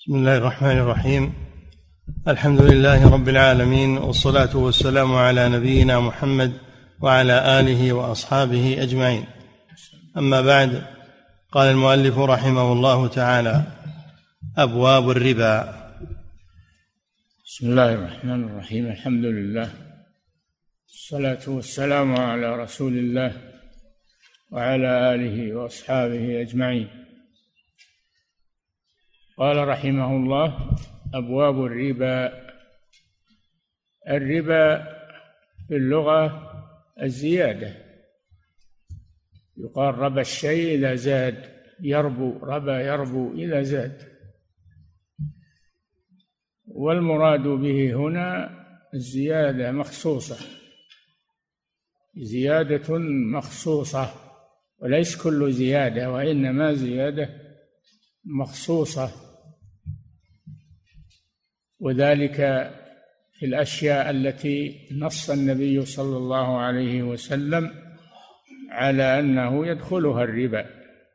بسم الله الرحمن الرحيم. الحمد لله رب العالمين، والصلاة والسلام على نبينا محمد وعلى آله وأصحابه أجمعين. أما بعد، قال المؤلف رحمه الله تعالى: أبواب الربا. بسم الله الرحمن الرحيم. الحمد لله، الصلاة والسلام على رسول الله وعلى آله وأصحابه أجمعين. قال رحمه الله: أبواب الربا. الربا في اللغة الزيادة، يقال ربا الشيء إذا زاد، يربو، ربا يربو إذا زاد. والمراد به هنا الزيادة مخصوصة، زيادة مخصوصة، وليس كل زيادة، وإنما زيادة مخصوصة، وذلك في الأشياء التي نص النبي صلى الله عليه وسلم على أنه يدخلها الربا،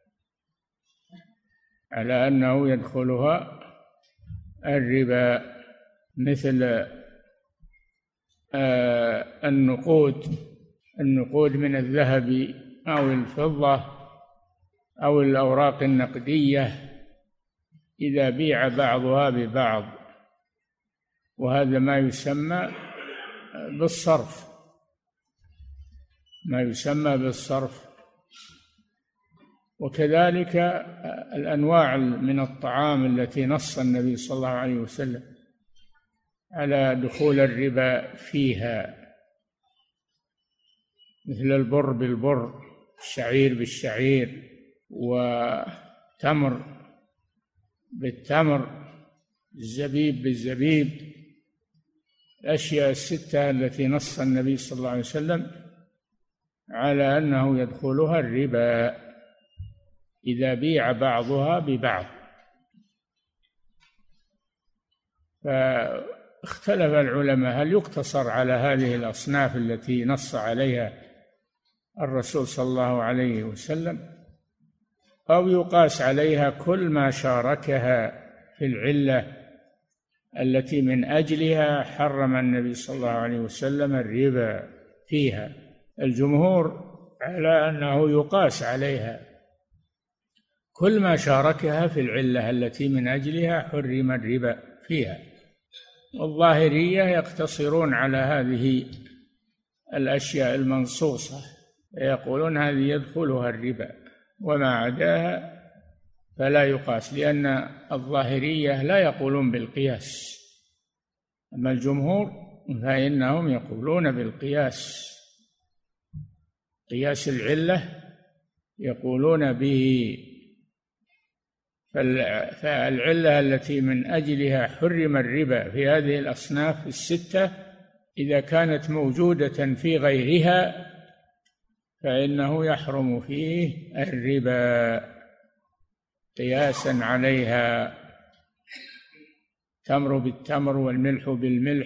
على أنه يدخلها الربا، مثل النقود من الذهب أو الفضة أو الأوراق النقدية إذا بيع بعضها ببعض، وهذا ما يسمى بالصرف، ما يسمى بالصرف. وكذلك الأنواع من الطعام التي نص النبي صلى الله عليه وسلم على دخول الربا فيها، مثل البر بالبر، الشعير بالشعير، وتمر بالتمر، الزبيب بالزبيب. الأشياء الستة التي نص النبي صلى الله عليه وسلم على أنه يدخلها الربا إذا بيع بعضها ببعض. فاختلف العلماء هل يقتصر على هذه الأصناف التي نص عليها الرسول صلى الله عليه وسلم، أو يقاس عليها كل ما شاركها في العلة التي من أجلها حرم النبي صلى الله عليه وسلم الربا فيها. الجمهور على أنه يقاس عليها كل ما شاركها في العلة التي من أجلها حرم الربا فيها. والظاهرية يقتصرون على هذه الأشياء المنصوصة، يقولون هذه يدخلها الربا، وما عداها فلا يقاس، لأن الظاهرية لا يقولون بالقياس، أما الجمهور فإنهم يقولون بالقياس، قياس العلة يقولون به. فالعلة التي من أجلها حرم الربا في هذه الأصناف الستة إذا كانت موجودة في غيرها فإنه يحرم فيه الربا قياسا عليها. تمر بالتمر، والملح بالملح،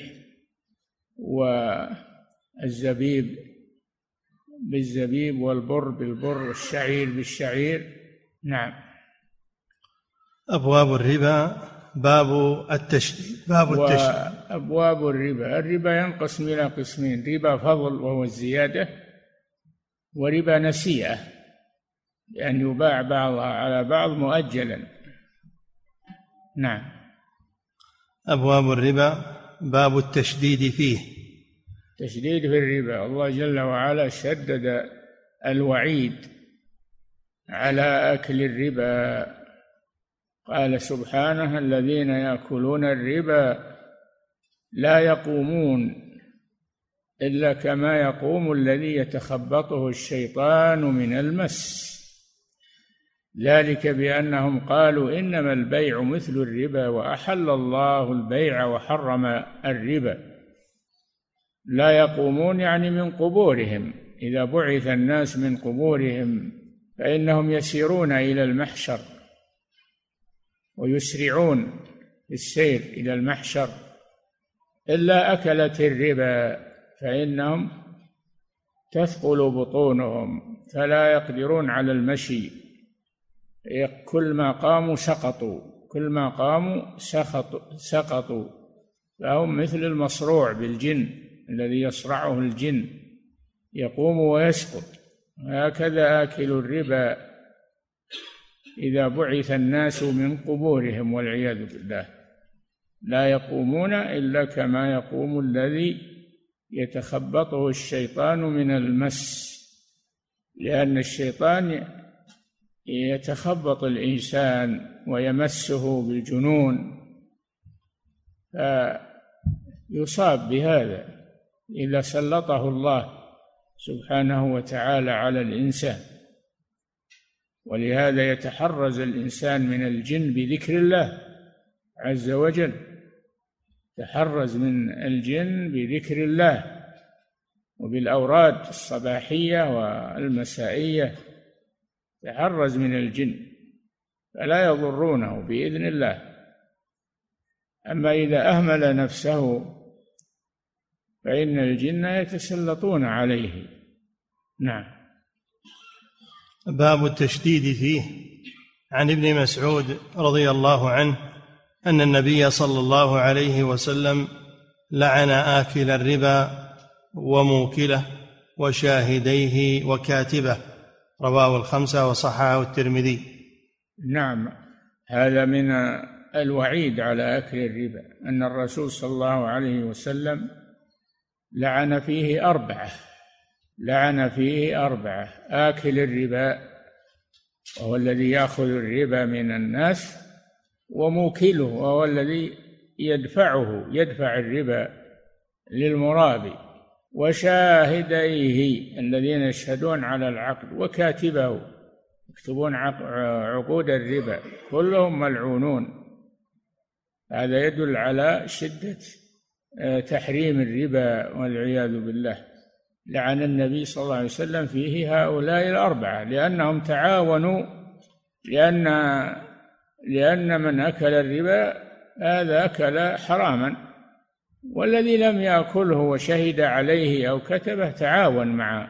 والزبيب بالزبيب، والبر بالبر، والشعير بالشعير. نعم. أبواب الربا. باب التشديد. وأبواب الربا ينقسم إلى قسمين: ربا فضل وهو الزيادة، وربا نسيئة، لأن يباع بعضها على بعض مؤجلا. نعم. أبواب الربا. باب التشديد فيه. تشديد في الربا، الله جل وعلا شدد الوعيد على أكل الربا، قال سبحانه: الذين يأكلون الربا لا يقومون إلا كما يقوم الذي يتخبطه الشيطان من المس، ذلك بأنهم قالوا إنما البيع مثل الربا وأحل الله البيع وحرم الربا. لا يقومون يعني من قبورهم، إذا بعث الناس من قبورهم فإنهم يسيرون إلى المحشر ويسرعون السير إلى المحشر، إلا أكلت الربا فإنهم تثقل بطونهم فلا يقدرون على المشي، كل ما قاموا سقطوا، كل ما قاموا سقطوا، فهم مثل المصروع بالجن الذي يصرعه الجن، يقوم ويسقط. هكذا آكل الربا إذا بعث الناس من قبورهم والعياذ بالله، لا يقومون إلا كما يقوم الذي يتخبطه الشيطان من المس، لأن الشيطان يتخبط الإنسان ويمسه بالجنون فيصاب بهذا إذا سلطه الله سبحانه وتعالى على الإنسان. ولهذا يتحرز الإنسان من الجن بذكر الله عز وجل، تحرز من الجن بذكر الله وبالأوراد الصباحية والمسائية، تحرز من الجن فلا يضرونه بإذن الله. أما إذا أهمل نفسه فإن الجن يتسلطون عليه. نعم. باب التشديد فيه. عن ابن مسعود رضي الله عنه أن النبي صلى الله عليه وسلم لعن آكل الربا وموكله وشاهديه وكاتبه، رواه الخمسة وصححه الترمذي. نعم، هذا من الوعيد على أكل الربا، أن الرسول صلى الله عليه وسلم لعن فيه أربعة: آكل الربا وهو الذي يأخذ الربا من الناس، وموكله وهو الذي يدفع الربا للمرابي، وشاهديه الذين يشهدون على العقد، وكاتبه يكتبون عقود الربا، كلهم ملعونون. هذا يدل على شدة تحريم الربا والعياذ بالله. لعن النبي صلى الله عليه وسلم فيه هؤلاء الأربعة لأنهم تعاونوا، لأن من أكل الربا هذا أكل حراما، والذي لم يأكله وشهد عليه أو كتبه تعاون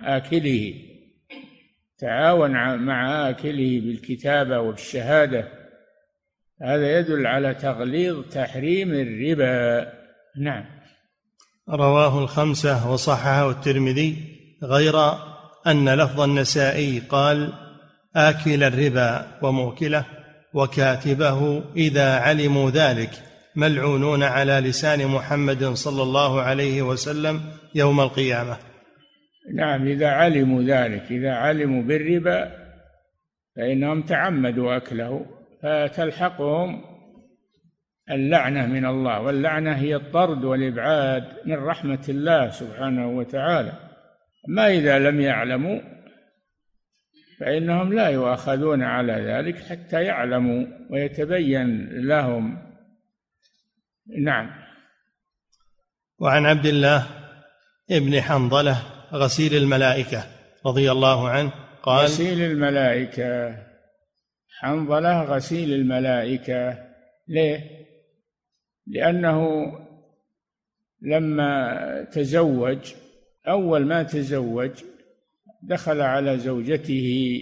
مع آكله بالكتابة وبالشهادة. هذا يدل على تغليظ تحريم الربا. نعم. رواه الخمسة وصححه الترمذي، غير أن لفظ النسائي قال: آكل الربا وموكله وكاتبه إذا علموا ذلك ملعونون على لسان محمد صلى الله عليه وسلم يوم القيامة. نعم، إذا علموا ذلك، إذا علموا بالربا فإنهم تعمدوا أكله، فتلحقهم اللعنة من الله، واللعنة هي الطرد والإبعاد من رحمة الله سبحانه وتعالى. أما إذا لم يعلموا فإنهم لا يؤاخذون على ذلك حتى يعلموا ويتبين لهم. نعم. وعن عبد الله ابن حنظلة غسيل الملائكة رضي الله عنه قال: غسيل الملائكة، حنظلة غسيل الملائكة. ليه؟ لأنه لما تزوج، أول ما تزوج دخل على زوجته،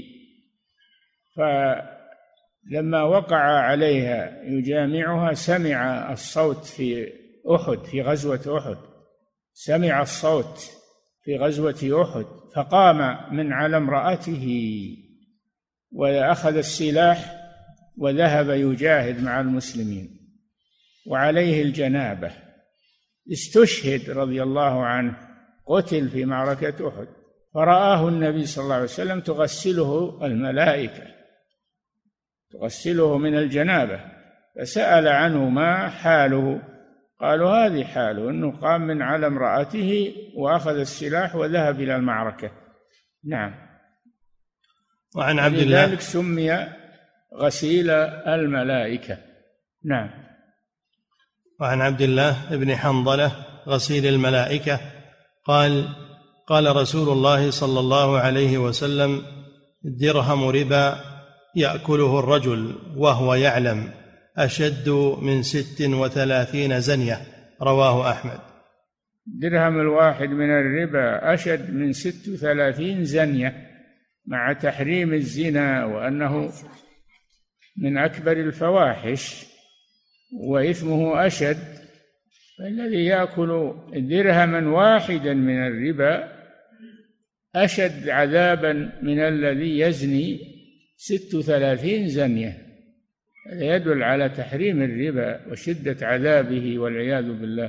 فلما وقع عليها يجامعها سمع الصوت في أحد، في غزوة أحد، سمع الصوت في غزوة أحد، فقام من على امرأته وأخذ السلاح وذهب يجاهد مع المسلمين، وعليه الجنابة، استشهد رضي الله عنه، قتل في معركة أحد. فرآه النبي صلى الله عليه وسلم تغسله الملائكة، تغسله من الجنابة، فسأل عنه ما حاله، قالوا هذه حاله، أنه قام من على امرأته وأخذ السلاح وذهب إلى المعركة. نعم. وعن عبد الله، لذلك سمي غسيل الملائكة. نعم. وعن عبد الله بن حنظلة غسيل الملائكة قال: قال رسول الله صلى الله عليه وسلم: درهم ربا يأكله الرجل وهو يعلم أشد من 36 زنية، رواه أحمد. درهم الواحد من الربا أشد من 36 زنية، مع تحريم الزنا وأنه من أكبر الفواحش. وإثمه أشد. فالذي يأكل درهما واحدا من الربا أشد عذابا من الذي يزني 36 زنية. هذا يدل على تحريم الربا وشدة عذابه والعياذ بالله.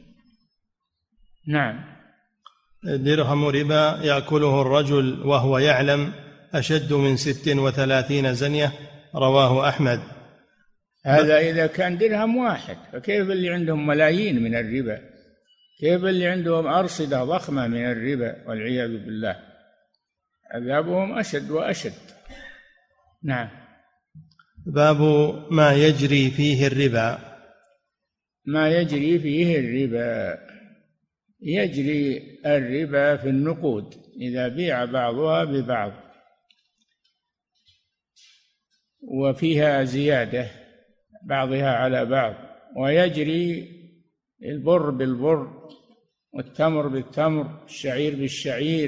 نعم. درهم ربا يأكله الرجل وهو يعلم أشد من 36 زنية، رواه أحمد. هذا إذا كان درهم واحد، فكيف اللي عندهم ملايين من الربا؟ كيف اللي عندهم أرصدة ضخمة من الربا والعياذ بالله؟ عذابهم أشد وأشد. نعم. باب ما يجري فيه الربا. ما يجري فيه الربا: يجري الربا في النقود إذا بيع بعضها ببعض وفيها زيادة بعضها على بعض، ويجري البر بالبر والتمر بالتمر، الشعير بالشعير،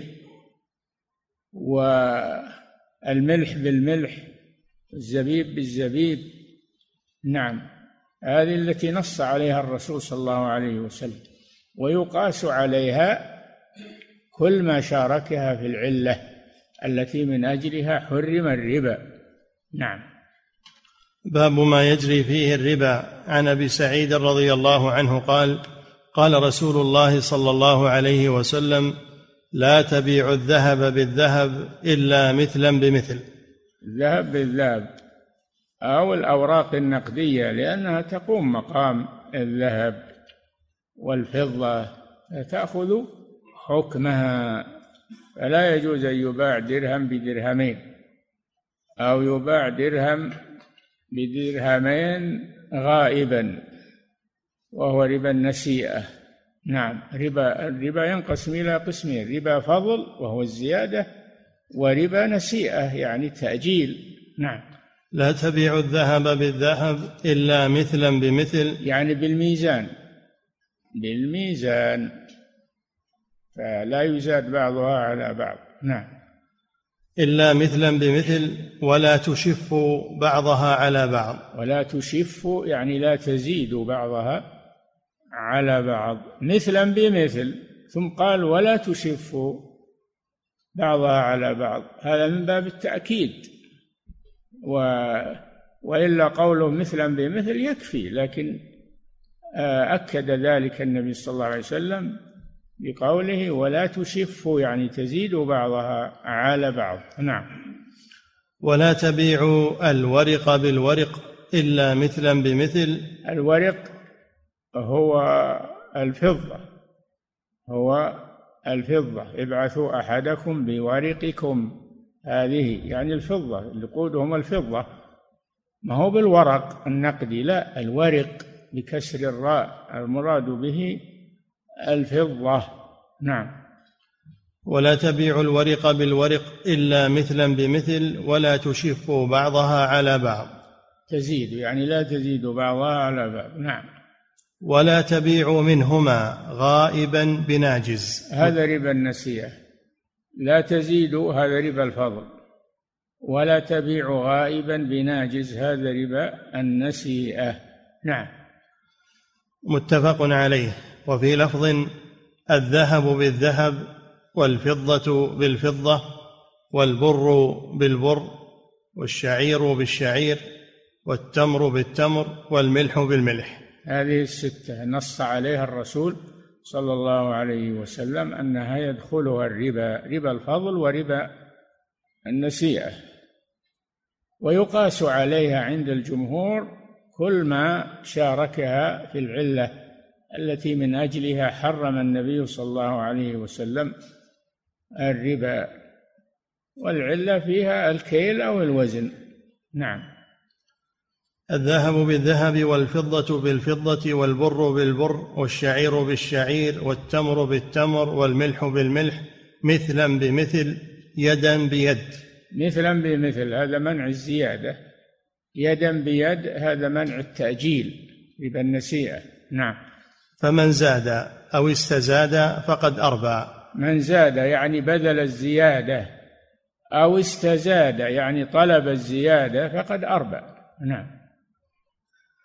والملح بالملح، الزبيب بالزبيب. نعم، هذه التي نص عليها الرسول صلى الله عليه وسلم، ويقاس عليها كل ما شاركها في العلة التي من أجلها حرم الربا. نعم. باب ما يجري فيه الربا. عن أبي سعيد رضي الله عنه قال: قال رسول الله صلى الله عليه وسلم: لا تبيعوا الذهب بالذهب إلا مثلا بمثل. الذهب بالذهب أو الأوراق النقدية، لأنها تقوم مقام الذهب والفضة، تأخذ حكمها. فلا يجوز أن يباع درهم بدرهمين، أو يباع درهم بدرهمين غائبا، وهو ربا النسيئة. نعم. الربا ينقسم إلى قسمين: ربا فضل وهو الزيادة، وربا نسيئة يعني تأجيل. نعم. لا تبيع الذهب بالذهب إلا مثلا بمثل، يعني بالميزان فلا يزاد بعضها على بعض. نعم. إلا مثلا بمثل ولا تشف بعضها على بعض. ولا تشف يعني لا تزيد بعضها على بعض، مثلا بمثل، ثم قال ولا تشف بعضها على بعض، هذا من باب التأكيد. وإلا قوله مثلا بمثل يكفي، لكن أكد ذلك النبي صلى الله عليه وسلم بقوله ولا تشف يعني تزيد بعضها على بعض. نعم. ولا تبيعوا الورق بالورق إلا مثلا بمثل. الورق هو الفضة، ابعثوا أحدكم بورقكم، هذه يعني الفضة، نقودهم الفضة، ما هو بالورق النقدي، لا، الورق بكسر الراء، المراد به الفضة. نعم. ولا تبيعوا الورق بالورق إلا مثلا بمثل ولا تشفوا بعضها على بعض، تزيد يعني لا تزيد بعضها على بعض. نعم. ولا تبيعوا منهما غائبا بناجز، هذا ربا النسيئة. لا تزيدوا هذا ربا الفضل، ولا تبيعوا غائبا بناجز هذا ربا النسيئة. نعم. متفق عليه. وفي لفظ: الذهب بالذهب والفضة بالفضة والبر بالبر والشعير بالشعير والتمر بالتمر والملح بالملح. هذه الستة نص عليها الرسول صلى الله عليه وسلم أنها يدخلها الربا، ربا الفضل وربا النسيئة، ويقاس عليها عند الجمهور كل ما شاركها في العلة التي من أجلها حرم النبي صلى الله عليه وسلم الربا، والعلة فيها الكيل أو الوزن. نعم. الذهب بالذهب والفضة بالفضة والبر بالبر والشعير بالشعير والتمر بالتمر والملح بالملح مثلا بمثل يدا بيد. مثلا بمثل هذا منع الزيادة، يدا بيد هذا منع التأجيل، ربا النسيئة. نعم. فمن زاد أو استزاد فقد أربى. من زاد يعني بذل الزيادة، أو استزاد يعني طلب الزيادة، فقد أربى. نعم.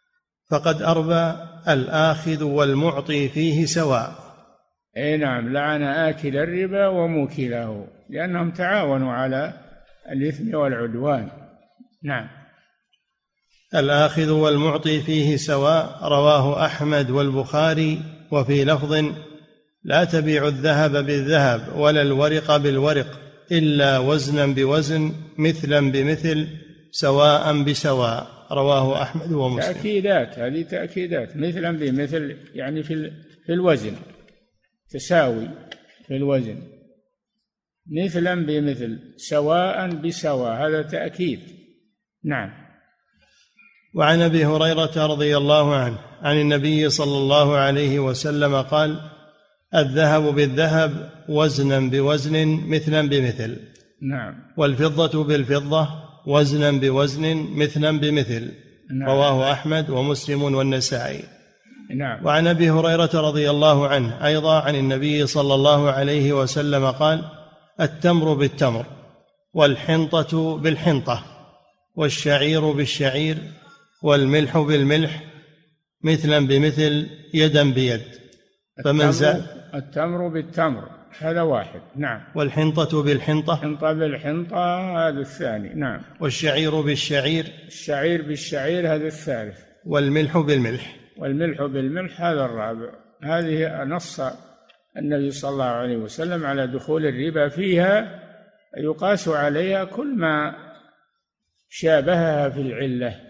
فقد أربى الآخذ والمعطي فيه سواء. أي نعم، لعن آكل الربا وموكله لأنهم تعاونوا على الإثم والعدوان. نعم. الآخذ والمعطي فيه سواء، رواه أحمد والبخاري، وفي لفظ: لا تبيع الذهب بالذهب ولا الورق بالورق إلا وزنا بوزن مثلا بمثل سواء بسواء، رواه أحمد ومسلم. تأكيدات، هذه تأكيدات، مثلا بمثل يعني في الوزن، تساوي في الوزن، مثلا بمثل، سواء بسواء، هذا تأكيد. نعم. وعن أبي هريرة رضي الله عنه عن النبي صلى الله عليه وسلم قال: الذهب بالذهب وزنا بوزن مثلا بمثل. نعم. والفضة بالفضة وزنا بوزن مثلا بمثل. نعم. رواه أحمد ومسلم والنسائي. نعم. وعن أبي هريرة رضي الله عنه أيضا عن النبي صلى الله عليه وسلم قال: التمر بالتمر والحنطة بالحنطة والشعير بالشعير والملح بالملح مثلا بمثل يدا بيد. فمن زاد التمر بالتمر هذا واحد. نعم. والحنطة بالحنطة، حنطة بالحنطة هذا الثاني. نعم. والشعير بالشعير، الشعير بالشعير هذا الثالث. والملح بالملح، والملح بالملح هذا الرابع. هذه نص النبي صلى الله عليه وسلم على دخول الربا فيها، يقاس عليها كل ما شابهها في العلة.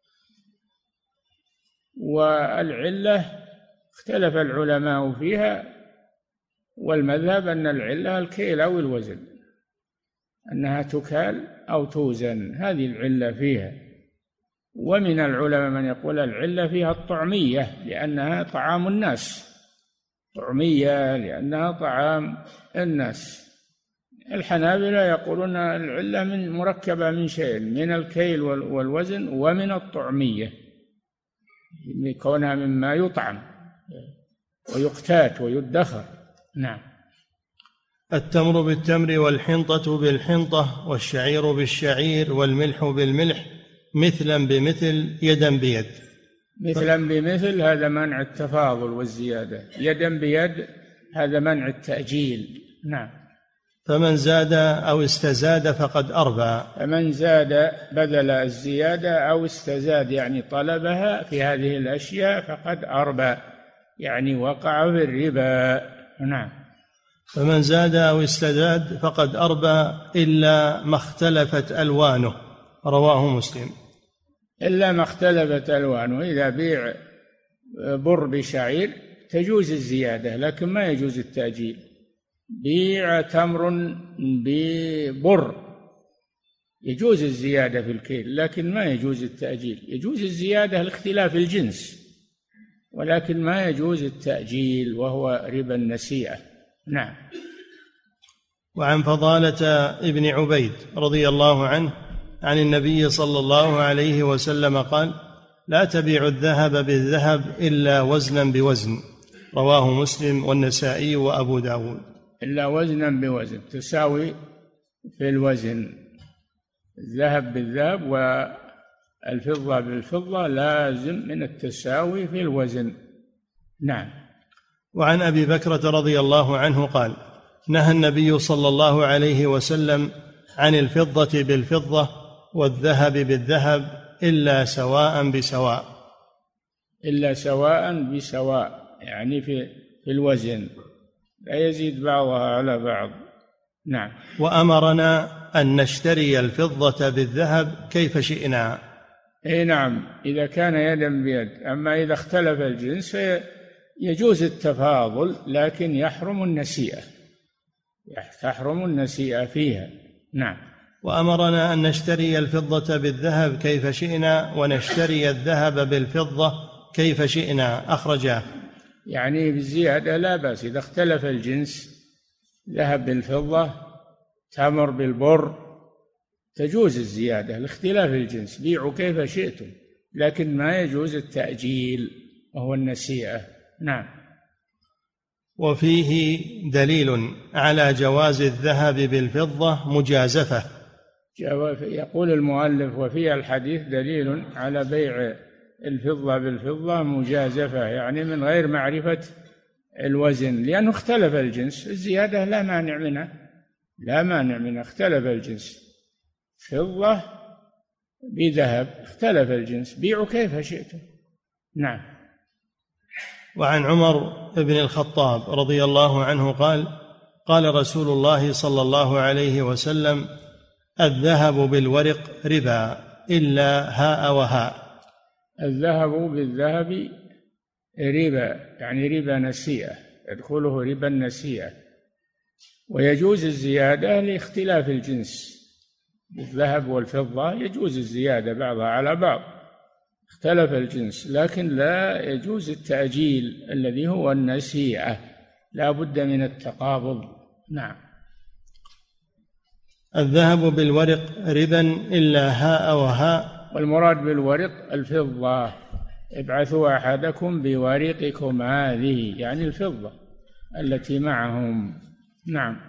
والعلة اختلف العلماء فيها، والمذهب أن العلة الكيل أو الوزن، أنها تكال أو توزن، هذه العلة فيها. ومن العلماء من يقول العلة فيها الطعمية لأنها طعام الناس، طعمية لأنها طعام الناس. الحنابلة يقولون العلة من مركبة من شيء، من الكيل والوزن ومن الطعمية، كونها مما يطعم ويقتات ويدخر. نعم. التمر بالتمر والحنطة بالحنطة والشعير بالشعير والملح بالملح مثلا بمثل يدا بيد. مثلا بمثل هذا منع التفاضل والزيادة، يدا بيد هذا منع التأجيل. نعم. فمن زاد أو استزاد فقد أربى. فمن زاد بدل الزيادة أو استزاد يعني طلبها في هذه الأشياء فقد أربى، يعني وقع في الربا. نعم. فمن زاد أو استزاد فقد أربى إلا ما اختلفت ألوانه، رواه مسلم. إلا ما اختلفت ألوانه، إذا بيع بر بشعير تجوز الزيادة لكن ما يجوز التأجيل. بيع تمر ببر يجوز الزيادة في الكيل لكن ما يجوز التأجيل. يجوز الزيادة لاختلاف الجنس ولكن ما يجوز التأجيل، وهو ربا النسيئة. نعم. وعن فضالة ابن عبيد رضي الله عنه عن النبي صلى الله عليه وسلم قال: لا تبيع الذهب بالذهب إلا وزنا بوزن، رواه مسلم والنسائي وأبو داود. إلا وزنا بوزن، تساوي في الوزن، الذهب بالذهب والفضة بالفضة لازم من التساوي في الوزن. نعم. وعن أبي بكرة رضي الله عنه قال: نهى النبي صلى الله عليه وسلم عن الفضة بالفضة والذهب بالذهب إلا سواء بسواء. إلا سواء بسواء يعني في الوزن، لا يزيد بعضها على بعض. نعم. وأمرنا أن نشتري الفضة بالذهب كيف شئنا. أي نعم، إذا كان يدا بيد. أما إذا اختلف الجنس يجوز التفاضل لكن يحرم النسيئة، تحرم النسيئة فيها. نعم. وأمرنا أن نشتري الفضة بالذهب كيف شئنا ونشتري الذهب بالفضة كيف شئنا، أخرجاه. يعني بالزيادة لا بأس، إذا اختلف الجنس، ذهب بالفضة، تمر بالبر، تجوز الزيادة لاختلاف الجنس، بيعوا كيف شئتم، لكن ما يجوز التأجيل وهو النسيئة. نعم. وفيه دليل على جواز الذهب بالفضة مجازفة. يقول المؤلف: وفي الحديث دليل على بيع الفضة بالفضة مجازفة، يعني من غير معرفة الوزن، لأنه اختلف الجنس. الزيادة لا مانع منها، اختلف الجنس، فضة بذهب اختلف الجنس، بيعوا كيف شئتم. نعم. وعن عمر بن الخطاب رضي الله عنه قال: قال رسول الله صلى الله عليه وسلم: الذهب بالورق ربا إلا هاء وهاء. الذهب بالذهب ربا، يعني ربا نسيئة، يدخله ربا النسيئة، ويجوز الزيادة لاختلاف الجنس. بالذهب والفضة يجوز الزيادة بعضها على بعض، اختلف الجنس، لكن لا يجوز التأجيل الذي هو النسيئة، لا بد من التقابض. نعم. الذهب بالورق ربا إلا هاء وهاء. والمراد بالورق الفضة، ابعثوا أحدكم بورقكم هذه، يعني الفضة التي معهم. نعم.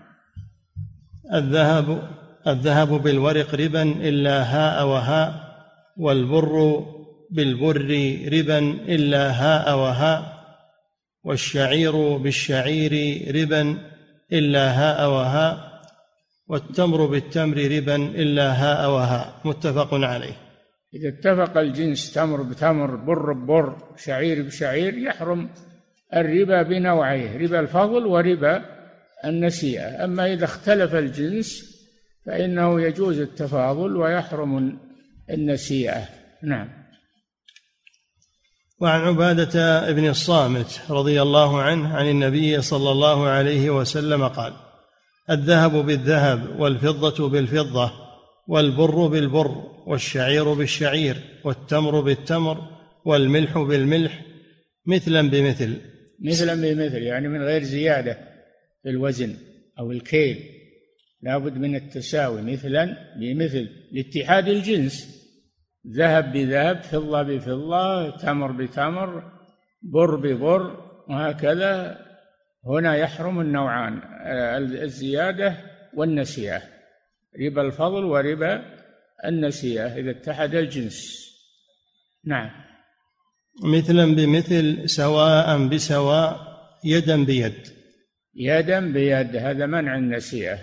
الذهب بالورق ربا إلا هاء وهاء، والبر بالبر ربا إلا هاء وهاء، والشعير بالشعير ربا إلا هاء وهاء، والتمر بالتمر ربا إلا هاء وهاء. متفق عليه. إذا اتفق الجنس تمر بتمر، بر ببر، شعير بشعير، يحرم الربا بنوعيه، ربا الفضل وربا النسيئة. أما إذا اختلف الجنس فإنه يجوز التفاضل ويحرم النسيئة. نعم. وعن عبادة بن الصامت رضي الله عنه عن النبي صلى الله عليه وسلم قال: الذهب بالذهب والفضة بالفضة والبر بالبر والشعير بالشعير والتمر بالتمر والملح بالملح مثلا بمثل. مثلا بمثل يعني من غير زيادة في الوزن أو الكيل، لا بد من التساوي، مثلا بمثل، لاتحاد الجنس، ذهب بذهب، فضة بفضة، تمر بتمر، بر ببر، وهكذا. هنا يحرم النوعان، الزيادة والنسيئة، ربا الفضل وربا النسيئة إذا اتحد الجنس. نعم. مثلا بمثل، سواء بسواء، يدا بيد. يدا بيد هذا منع النسيئة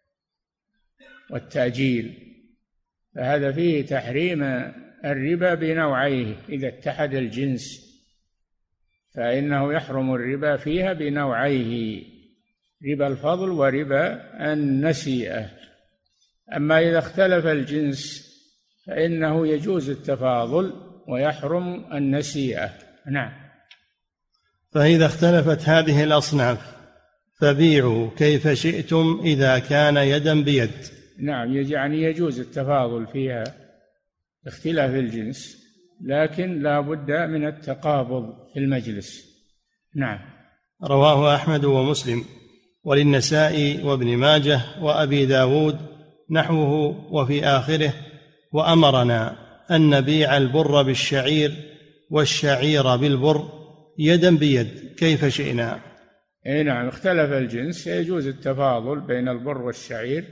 والتأجيل، فهذا فيه تحريم الربا بنوعيه. إذا اتحد الجنس فإنه يحرم الربا فيها بنوعيه، ربا الفضل وربا النسيئة. أما إذا اختلف الجنس فإنه يجوز التفاضل ويحرم النسيئة. نعم. فإذا اختلفت هذه الأصناف فبيعوا كيف شئتم إذا كان يدا بيد. نعم، يعني يجوز التفاضل فيها اختلاف الجنس، لكن لا بد من التقابض في المجلس. نعم. رواه أحمد ومسلم وللنسائي وابن ماجه وأبي داود نحوه، وفي آخره: وأمرنا أن نبيع البر بالشعير والشعير بالبر يدا بيد كيف شئنا. اي نعم، اختلف الجنس يجوز التفاضل بين البر والشعير،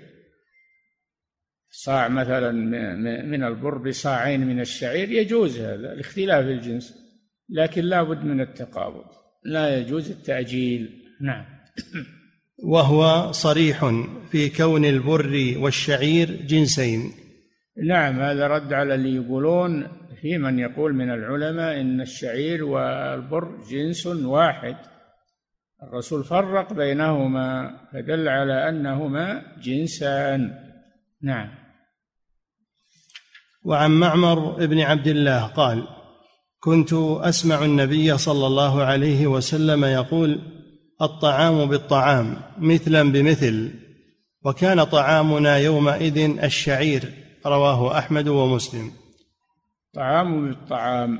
صاع مثلا من البر بصاعين من الشعير، يجوز هذا لاختلاف الجنس، لكن لا بد من التقابض، لا يجوز التأجيل. نعم. وهو صريح في كون البر والشعير جنسين. نعم، هذا رد على اللي يقولون، في من يقول من العلماء إن الشعير والبر جنس واحد، الرسول فرق بينهما فدل على أنهما جنسان. نعم. وعن معمر بن عبد الله قال: كنت أسمع النبي صلى الله عليه وسلم يقول: الطعام بالطعام مثلا بمثل، وكان طعامنا يومئذ الشعير. رواه أحمد ومسلم. طعام بالطعام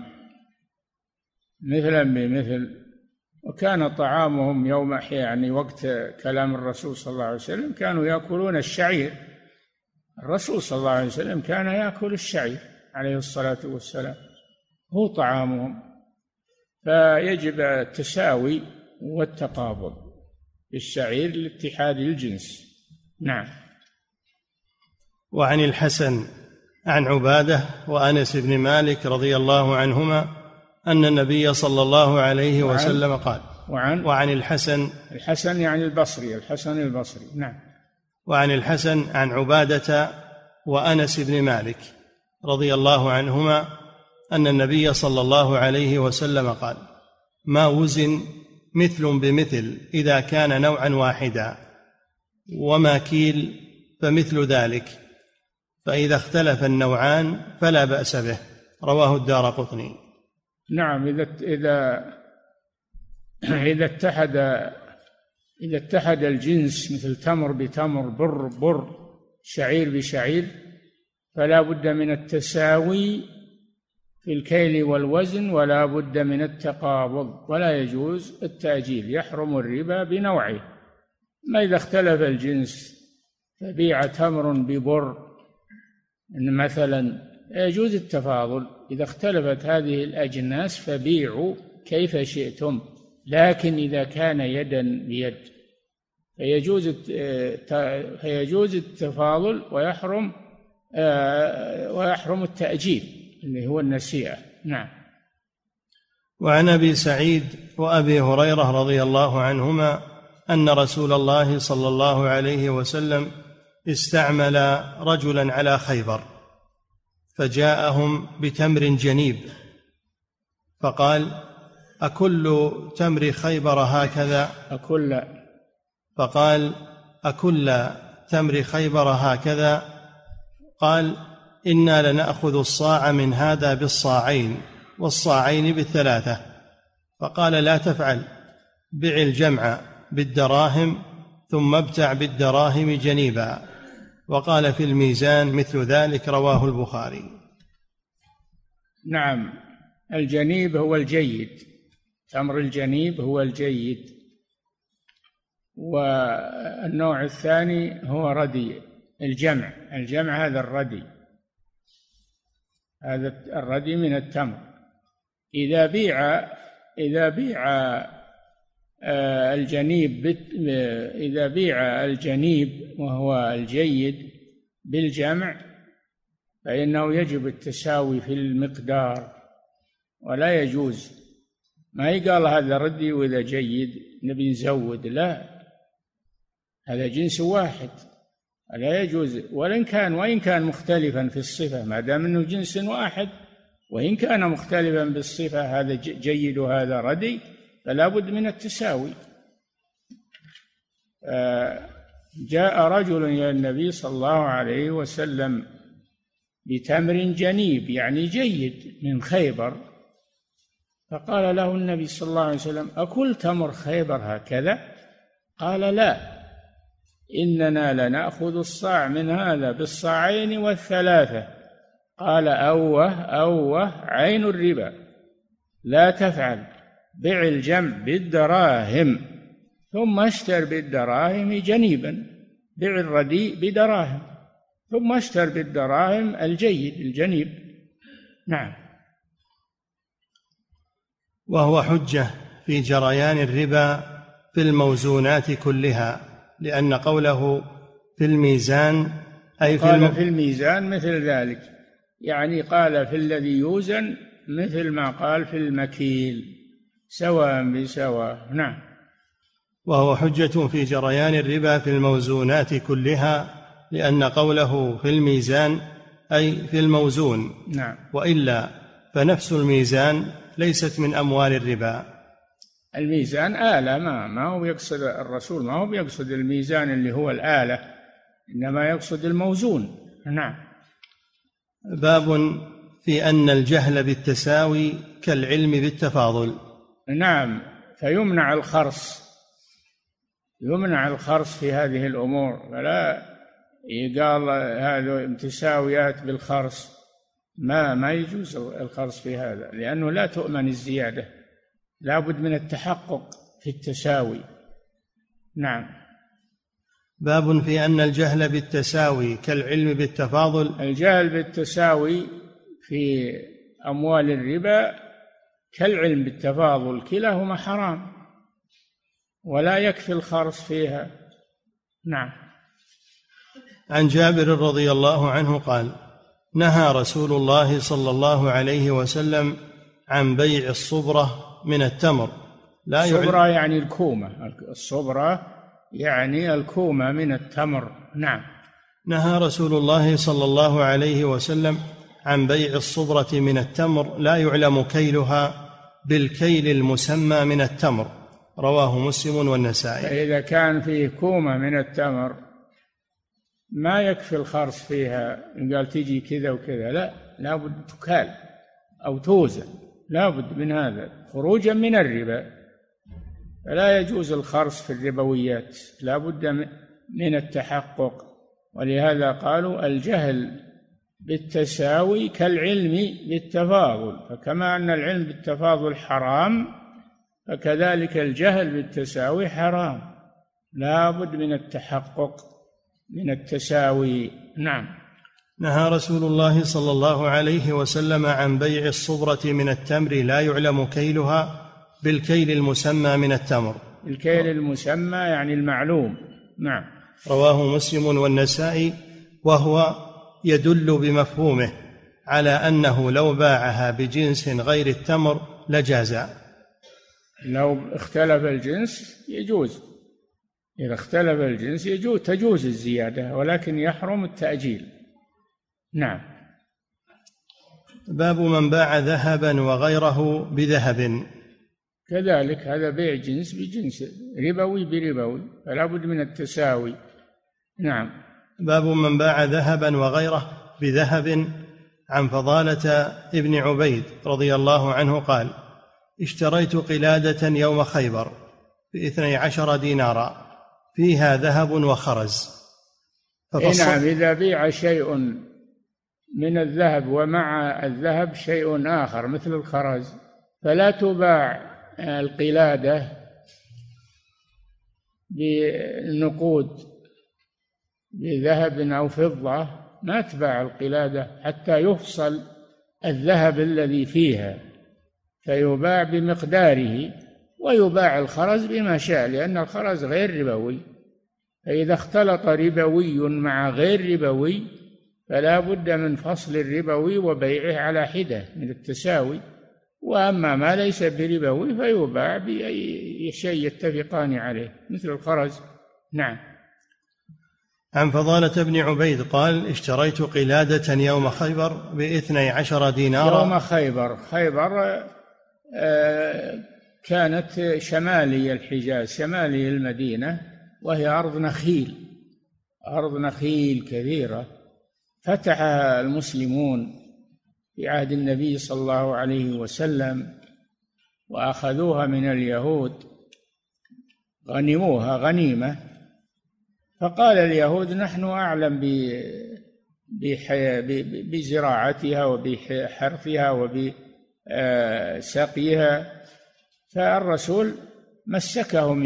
مثلا بمثل، وكان طعامهم يوم، يعني وقت كلام الرسول صلى الله عليه وسلم كانوا يأكلون الشعير، الرسول صلى الله عليه وسلم كان يأكل الشعير عليه الصلاة والسلام، هو طعامهم، فيجب التساوي والتقابض بالشعير لاتحاد الجنس. نعم. وعن الحسن عن عبادة وأنس بن مالك رضي الله عنهما أن النبي صلى الله عليه وسلم قال. وعن الحسن يعني البصري، الحسن البصري. نعم. وعن الحسن عن عبادة وأنس بن مالك رضي الله عنهما أن النبي صلى الله عليه وسلم قال: ما وزن مثل بمثل إذا كان نوعا واحدا، وما كيل فمثل ذلك، فإذا اختلف النوعان فلا بأس به. رواه الدارقطني. نعم. إذا اتحد الجنس مثل تمر بتمر، بر بر، شعير بشعير، فلا بد من التساوي في الكيل والوزن، ولا بد من التقابض، ولا يجوز التأجيل، يحرم الربا بنوعه. ما إذا اختلف الجنس فبيع تمر ببر مثلا، يجوز التفاضل. إذا اختلفت هذه الأجناس فبيعوا كيف شئتم، لكن إذا كان يدا بيد فيجوز التفاضل، ويحرم التأجيل اللي هو النسيئة. نعم. وعن أبي سعيد وأبي هريرة رضي الله عنهما أن رسول الله صلى الله عليه وسلم استعمل رجلا على خيبر، فجاءهم بتمر جنيب، فقال: أكل تمر خيبر هكذا؟ فقال: أكل تمر خيبر هكذا؟ قال: إنا لنأخذ الصاع من هذا بالصاعين، والصاعين بالثلاثة. فقال: لا تفعل، بع الجمع بالدراهم ثم ابتع بالدراهم جنيبا. وقال في الميزان مثل ذلك. رواه البخاري. نعم. الجنيب هو الجيد، تمر الجنيب هو الجيد. والنوع الثاني هو ردي الجمع هذا الردي، هذا الردي من التمر. إذا بيع الجنيب وهو الجيد بالجمع فإنه يجب التساوي في المقدار، ولا يجوز ما يقال هذا ردي وإذا جيد نبي نزود، لا، هذا جنس واحد، لا يجوز. وإن كان مختلفا في الصفة، ما دام أنه جنس واحد، وإن كان مختلفا بالصفة، هذا جيد وهذا ردي، فلا بد من التساوي. جاء رجل إلى النبي صلى الله عليه وسلم بتمر جنيب يعني جيد من خيبر، فقال له النبي صلى الله عليه وسلم: أكل تمر خيبر هكذا؟ قال: لا، إننا لنأخذ الصاع من هذا بالصاعين والثلاثة. قال: أوه عين الربا، لا تفعل، بع الجمع بالدراهم ثم اشتر بالدراهم جنيبا، بع الرديء بدراهم ثم اشتر بالدراهم الجيد الجنيب. نعم. وهو حجة في جريان الربا في الموزونات كلها، لأن قوله في الميزان أي قال في الميزان مثل ذلك، يعني قال في الذي يوزن مثل ما قال في المكيل، سواء بسواء. نعم. وهو حجة في جريان الربا في الموزونات كلها، لأن قوله في الميزان أي في الموزون. نعم. وإلا فنفس الميزان ليست من أموال الربا. الميزان آلة، ما هو يقصد الرسول، ما هو يقصد الميزان اللي هو الآلة، إنما يقصد الموزون. نعم. باب في أن الجهل بالتساوي كالعلم بالتفاضل. نعم. فيمنع الخرص في هذه الأمور، فلا يقال هذا متساويات بالخرص، ما يجوز الخرص في هذا، لأنه لا تؤمن الزيادة، لا بد من التحقق في التساوي. نعم. باب في أن الجهل بالتساوي كالعلم بالتفاضل. الجهل بالتساوي في أموال الربا كالعلم بالتفاضل، كلاهما حرام ولا يكفي الخرص فيها. نعم. عن جابر رضي الله عنه قال: نهى رسول الله صلى الله عليه وسلم عن بيع الصبرة من التمر لا الصبرة يعني الكومة، الصبرة يعني الكومة من التمر. نعم. نهى رسول الله صلى الله عليه وسلم عن بيع الصبرة من التمر لا يعلم كيلها بالكيل المسمى من التمر، رواه مسلم والنسائي. فإذا كان فيه كومة من التمر ما يكفي الخرص فيها، قال تجي كذا وكذا، لا، لابد تكال أو توزن، لابد من هذا خروجا من الربا. فلا يجوز الخرص في الربويات، لابد من التحقق. ولهذا قالوا الجهل بالتساوي كالعلم بالتفاضل، فكما أن العلم بالتفاضل حرام فكذلك الجهل بالتساوي حرام، لابد من التحقق من التساوي. نعم. نهى رسول الله صلى الله عليه وسلم عن بيع الصبرة من التمر لا يعلم كيلها بالكيل المسمى من التمر. الكيل المسمى يعني المعلوم. نعم. رواه مسلم والنسائي، وهو يدل بمفهومه على أنه لو باعها بجنس غير التمر لجاز. لو اختلف الجنس يجوز، إذا اختلف الجنس تجوز الزيادة، ولكن يحرم التأجيل. نعم. باب من باع ذهبا وغيره بذهب. كذلك هذا بيع جنس بجنس، ربوي بربوي، فلا بد من التساوي. نعم. باب من باع ذهبا وغيره بذهب. عن فضالة ابن عبيد رضي الله عنه قال: اشتريت قلادة يوم خيبر ب12 دينارا فيها ذهب وخرز. نعم. إذا بيع شيء من الذهب ومع الذهب شيء آخر مثل الخرز فلا تباع القلادة بالنقود بذهب أو فضة، ما تباع القلادة حتى يفصل الذهب الذي فيها فيباع بمقداره، ويباع الخرز بما شاء، لأن الخرز غير ربوي. فإذا اختلط ربوي مع غير ربوي فلا بد من فصل الربوي وبيعه على حدة من التساوي، وأما ما ليس بربوي فيباع بأي شيء يتفقان عليه مثل الخرز. نعم. عن فضالة بن عبيد قال: اشتريت قلادة يوم خيبر ب12 دينارا. يوم خيبر كانت شمالي الحجاز، شمالي المدينة، وهي أرض نخيل كثيرة فتحها المسلمون في عهد النبي صلى الله عليه وسلم وأخذوها من اليهود، غنموها غنيمة. فقال اليهود: نحن أعلم بزراعتها وبحرثها وبسقيها. فالرسول مسكهم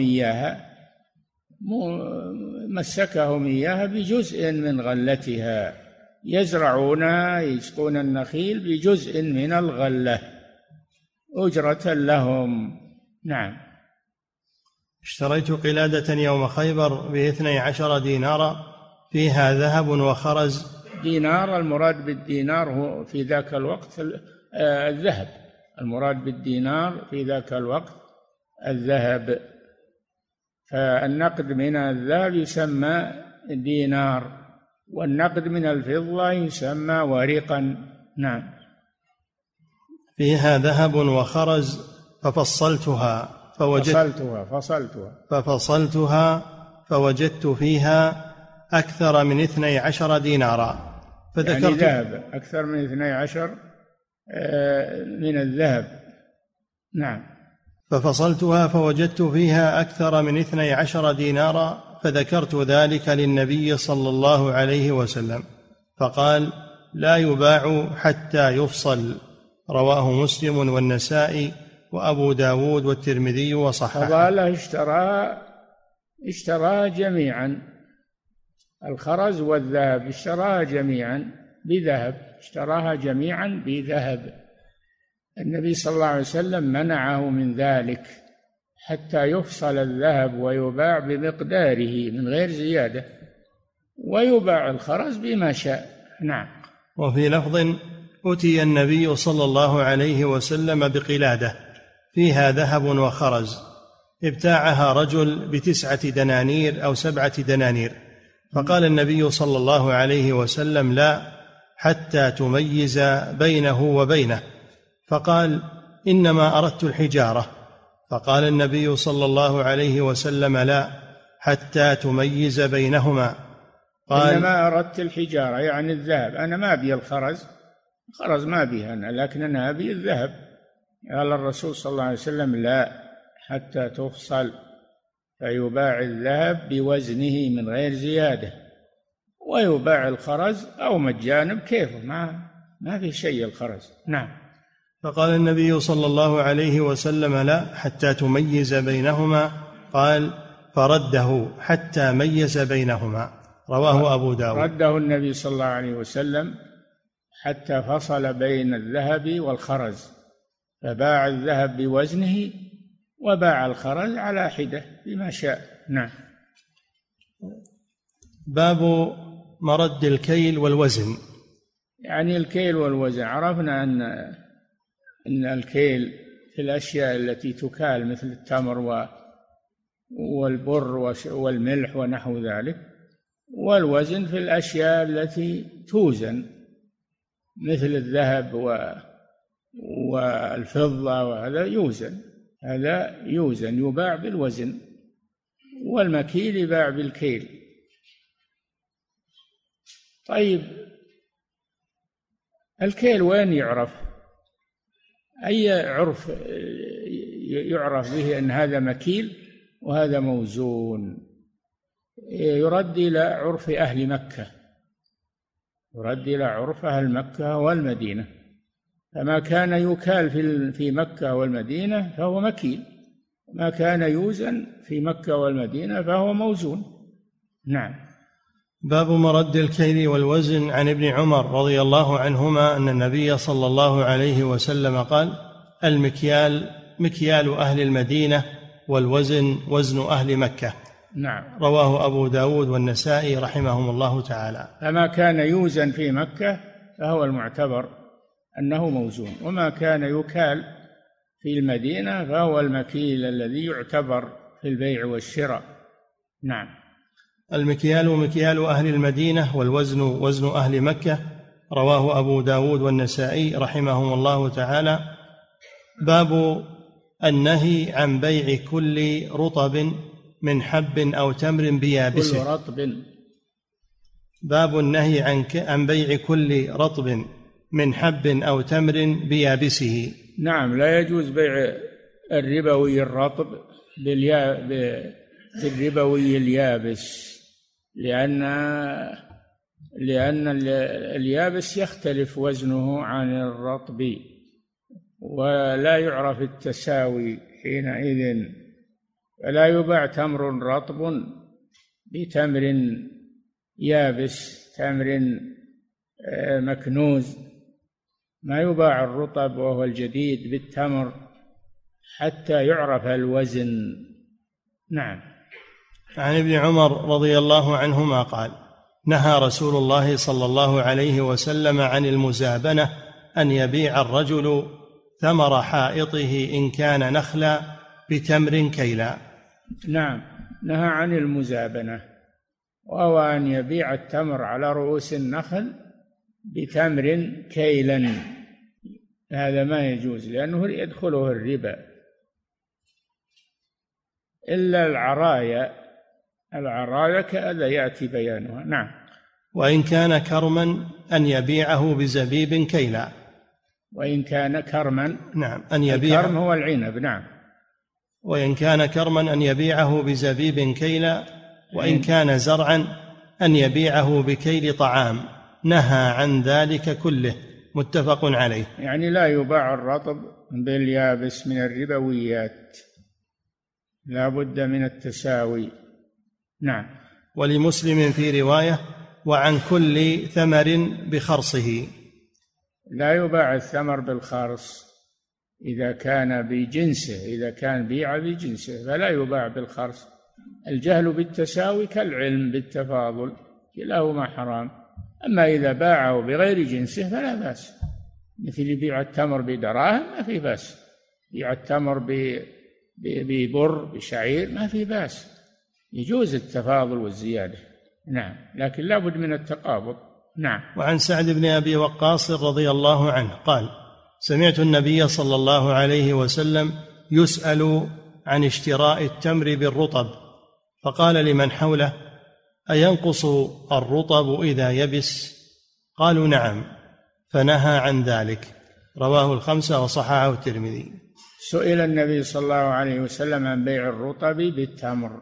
إياها بجزء من غلتها، يزرعونها يسقون النخيل بجزء من الغلة أجرة لهم. نعم. اشتريت قلادة يوم خيبر ب12 دينارا فيها ذهب وخرز. دينار، المراد بالدينار هو في ذاك الوقت الذهب، المراد بالدينار في ذاك الوقت الذهب، فالنقد من الذهب يسمى دينار، والنقد من الفضة يسمى ورقا. نعم. فيها ذهب وخرز ففصلتها فوجدت فيها أكثر من 12 دينارا فذكرت يعني ذهب أكثر من 12 من الذهب. نعم. ففصلتها فوجدت فيها أكثر من 12 دينارا فذكرت ذلك للنبي صلى الله عليه وسلم فقال: لا يباع حتى يفصل. رواه مسلم والنسائي وأبو داود والترمذي وصححه. فضالة اشتراها جميعا، الخرز والذهب اشتراها جميعا بذهب. النبي صلى الله عليه وسلم منعه من ذلك حتى يفصل الذهب ويباع بمقداره من غير زيادة، ويباع الخرز بما شاء. نعم. وفي لفظ: أتي النبي صلى الله عليه وسلم بقلادة فيها ذهب وخرز، ابتاعها رجل ب9 دنانير أو 7 دنانير، فقال النبي صلى الله عليه وسلم: لا، حتى تميز بينه وبينه. فقال: إنما أردت الحجارة. فقال النبي صلى الله عليه وسلم: لا، حتى تميز بينهما. قال: إنما أردت الحجارة يعني الذهب، أنا ما أبي الخرز ما أبيه أنا، لكن أنا أبي الذهب. قال الرسول صلى الله عليه وسلم: لا، حتى تفصل فيباع الذهب بوزنه من غير زيادة، ويباع الخرز أو مجانا كيفه، ما في شيء الخرز. نعم. فقال النبي صلى الله عليه وسلم: لا، حتى تميز بينهما. قال: فرده حتى ميز بينهما. رواه أبو داود. رده النبي صلى الله عليه وسلم حتى فصل بين الذهب والخرز، فباع الذهب بوزنه وباع الخرز على حدة بما شاء. نعم. باب مرد الكيل والوزن. يعني الكيل والوزن، عرفنا أن الكيل في الأشياء التي تكال مثل التمر والبر والملح ونحو ذلك، والوزن في الأشياء التي توزن مثل الذهب والفضة، وهذا يوزن يباع بالوزن، والمكيل يباع بالكيل. طيب، الكيل وين يعرف؟ أي عرف يعرف به أن هذا مكيل وهذا موزون؟ يرد إلى عرف أهل مكة، يرد إلى عرف أهل مكة والمدينة، فما كان يكال في مكة والمدينة فهو مكيل، ما كان يوزن في مكة والمدينة فهو موزون. نعم. باب مرد الكيل والوزن. عن ابن عمر رضي الله عنهما أن النبي صلى الله عليه وسلم قال: المكيال مكيال أهل المدينة، والوزن وزن أهل مكة. نعم. رواه أبو داود والنسائي رحمهم الله تعالى. فما كان يوزن في مكة فهو المعتبر أنه موزون، وما كان يكال في المدينة فهو المكيل الذي يعتبر في البيع والشراء. نعم. المكيال مكيال أهل المدينة، والوزن وزن أهل مكة. رواه أبو داود والنسائي رحمهم الله تعالى. باب النهي عن بيع كل رطب من حب أو تمر بيابسه. كل رطب. باب النهي عن بيع كل رطب من حب أو تمر بيابسه. نعم، لا يجوز بيع الربوي الرطب بالربوي اليابس، لأن اليابس يختلف وزنه عن الرطب، ولا يعرف التساوي حينئذ، فلا يباع تمر رطب بتمر يابس، تمر مكنوز، ما يباع الرطب وهو الجديد بالتمر حتى يعرف الوزن. نعم. عن ابن عمر رضي الله عنهما قال: نهى رسول الله صلى الله عليه وسلم عن المزابنة، أن يبيع الرجل ثمر حائطه إن كان نخلا بتمر كيلا. نعم، نهى عن المزابنة، وهو أن يبيع التمر على رؤوس النخل بتمر كيلا، هذا ما يجوز، لأنه يدخله الربا، إلا العرايا كذا يأتي بيانها. نعم. وإن كان كرما أن يبيعه بزبيب كيلا. وإن كان كرما، نعم، أن يبيع، الكرم هو العنب. نعم. وإن كان كرما أن يبيعه بزبيب كيلا، وإن كان زرعا أن يبيعه بكيل طعام. نهى عن ذلك كله. متفق عليه. يعني لا يباع الرطب باليابس من الربويات، لا بد من التساوي. نعم. ولمسلم في رواية: وعن كل ثمر بخرصه. لا يباع الثمر بالخرص إذا كان بجنسه، إذا كان بيع بجنسه فلا يباع بالخرص. الجهل بالتساوي كالعلم بالتفاضل، كلاهما حرام. أما إذا باعه بغير جنسه فلا بأس، مثل يبيع التمر بدراهم ما في بأس، يبيع التمر ببر بشعير ما في بأس، يجوز التفاضل والزيادة. نعم، لكن لا بد من التقابض. نعم. وعن سعد بن أبي وقاص رضي الله عنه قال: سمعت النبي صلى الله عليه وسلم يسأل عن اشتراء التمر بالرطب، فقال لمن حوله: أينقص الرطب إذا يبس؟ قالوا: نعم، فنهى عن ذلك. رواه الخمسة وصححه الترمذي. سئل النبي صلى الله عليه وسلم عن بيع الرطب بالتمر،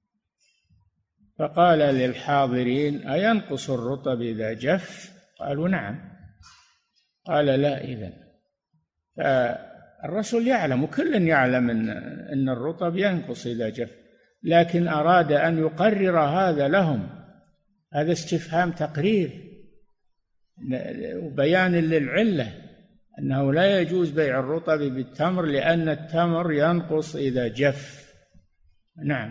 فقال للحاضرين: أينقص الرطب إذا جف؟ قالوا: نعم. قال: لا إذن. فالرسول يعلم، وكل يعلم أن الرطب ينقص إذا جف، لكن أراد أن يقرر هذا لهم، هذا استفهام تقرير وبيان للعلة أنه لا يجوز بيع الرطب بالتمر لأن التمر ينقص إذا جف. نعم.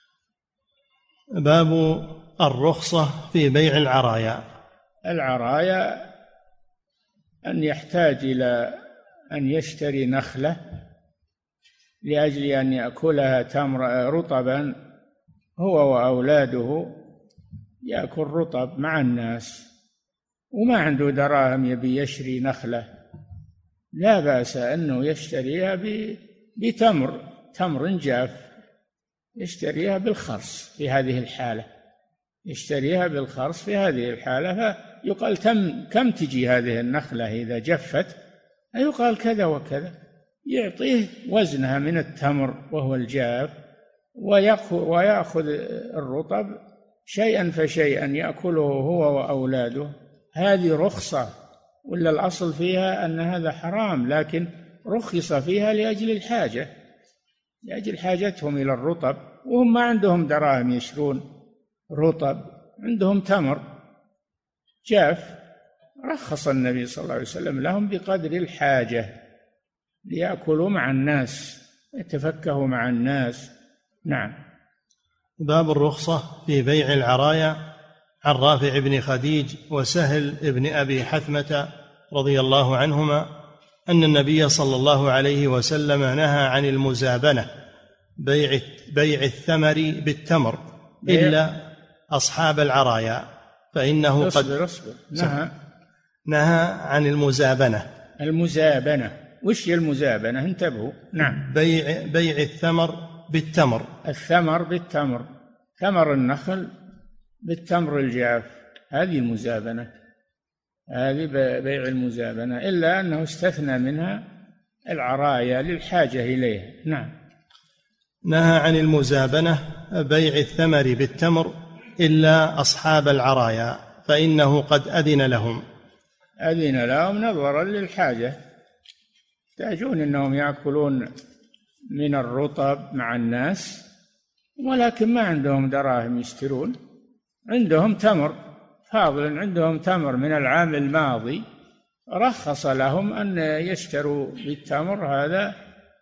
باب الرخصة في بيع العرايا. العرايا أن يحتاج إلى أن يشتري نخلة لأجل أن يأكلها تمر رطبا، هو وأولاده يأكل رطب مع الناس، وما عنده دراهم يبي يشري نخلة، لا بأس أنه يشتريها تمر جاف، يشتريها بالخرص في هذه الحالة، يشتريها بالخرص في هذه الحالة، فيقال كم تجي هذه النخلة إذا جفت؟ يقال كذا وكذا، يعطيه وزنها من التمر وهو الجاف، ويأخذ الرطب شيئا فشيئا يأكله هو وأولاده. هذه رخصة، ولا الأصل فيها أن هذا حرام، لكن رخص فيها لأجل الحاجة، لأجل حاجتهم إلى الرطب، وهم ما عندهم دراهم يشرون رطب، عندهم تمر جاف، رخص النبي صلى الله عليه وسلم لهم بقدر الحاجة ليأكلوا مع الناس، يتفكهوا مع الناس. نعم. باب الرخصة في بيع العرايا. عن رافع بن خديج وسهل بن أبي حثمة رضي الله عنهما أن النبي صلى الله عليه وسلم نهى عن المزابنة، بيع الثمر بالتمر إلا أصحاب العرايا، فإنه أصبر. نهى عن المزابنة. وش هي المزابنة؟ انتبهوا. نعم. بيع الثمر بالتمر. ثمر النخل بالتمر الجاف، هذه المزابنة، هذه بيع المزابنة، إلا أنه استثنى منها العرايا للحاجة إليها. نعم. نهى عن المزابنة بيع الثمر بالتمر إلا أصحاب العرايا، فإنه قد أذن لهم نظرا للحاجة، يحتاجون أنهم يأكلون من الرطب مع الناس، ولكن ما عندهم دراهم يشترون، عندهم تمر فاضل، عندهم تمر من العام الماضي، رخص لهم أن يشتروا بالتمر هذا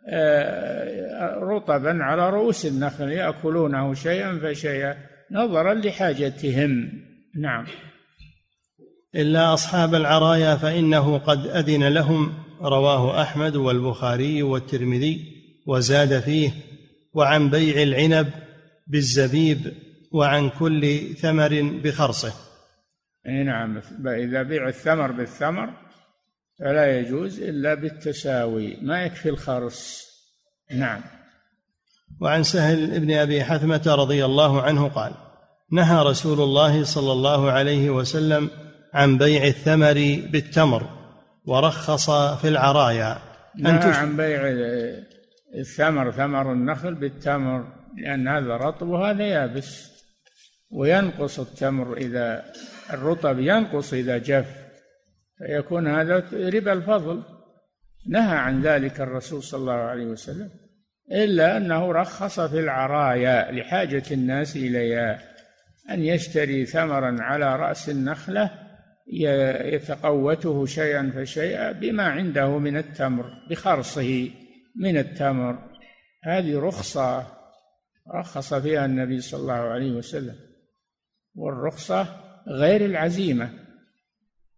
رطبا على رؤوس النخل، يأكلونه شيئا فشيئا نظرا لحاجتهم. نعم. إلا أصحاب العرايا فإنه قد أذن لهم. رواه أحمد والبخاري والترمذي، وزاد فيه: وعن بيع العنب بالزبيب، وعن كل ثمر بخرصه. نعم. إذا بيع الثمر بالثمر فلا يجوز إلا بالتساوي، ما يكفي الخرص. نعم. وعن سهل بن أبي حثمة رضي الله عنه قال: نهى رسول الله صلى الله عليه وسلم عن بيع الثمر بالتمر، ورخص في العرايا. نهى عن بيع الثمر، ثمر النخل بالتمر، لأن هذا رطب وهذا يابس، وينقص التمر إذا الرطب ينقص إذا جف، فيكون هذا ربا الفضل. نهى عن ذلك الرسول صلى الله عليه وسلم، إلا أنه رخص في العرايا لحاجة الناس إليها، أن يشتري ثمرا على رأس النخلة يتقوته شيئا فشيئا بما عنده من التمر، بخرصه من التمر، هذه رخصة رخص فيها النبي صلى الله عليه وسلم، والرخصة غير العزيمة،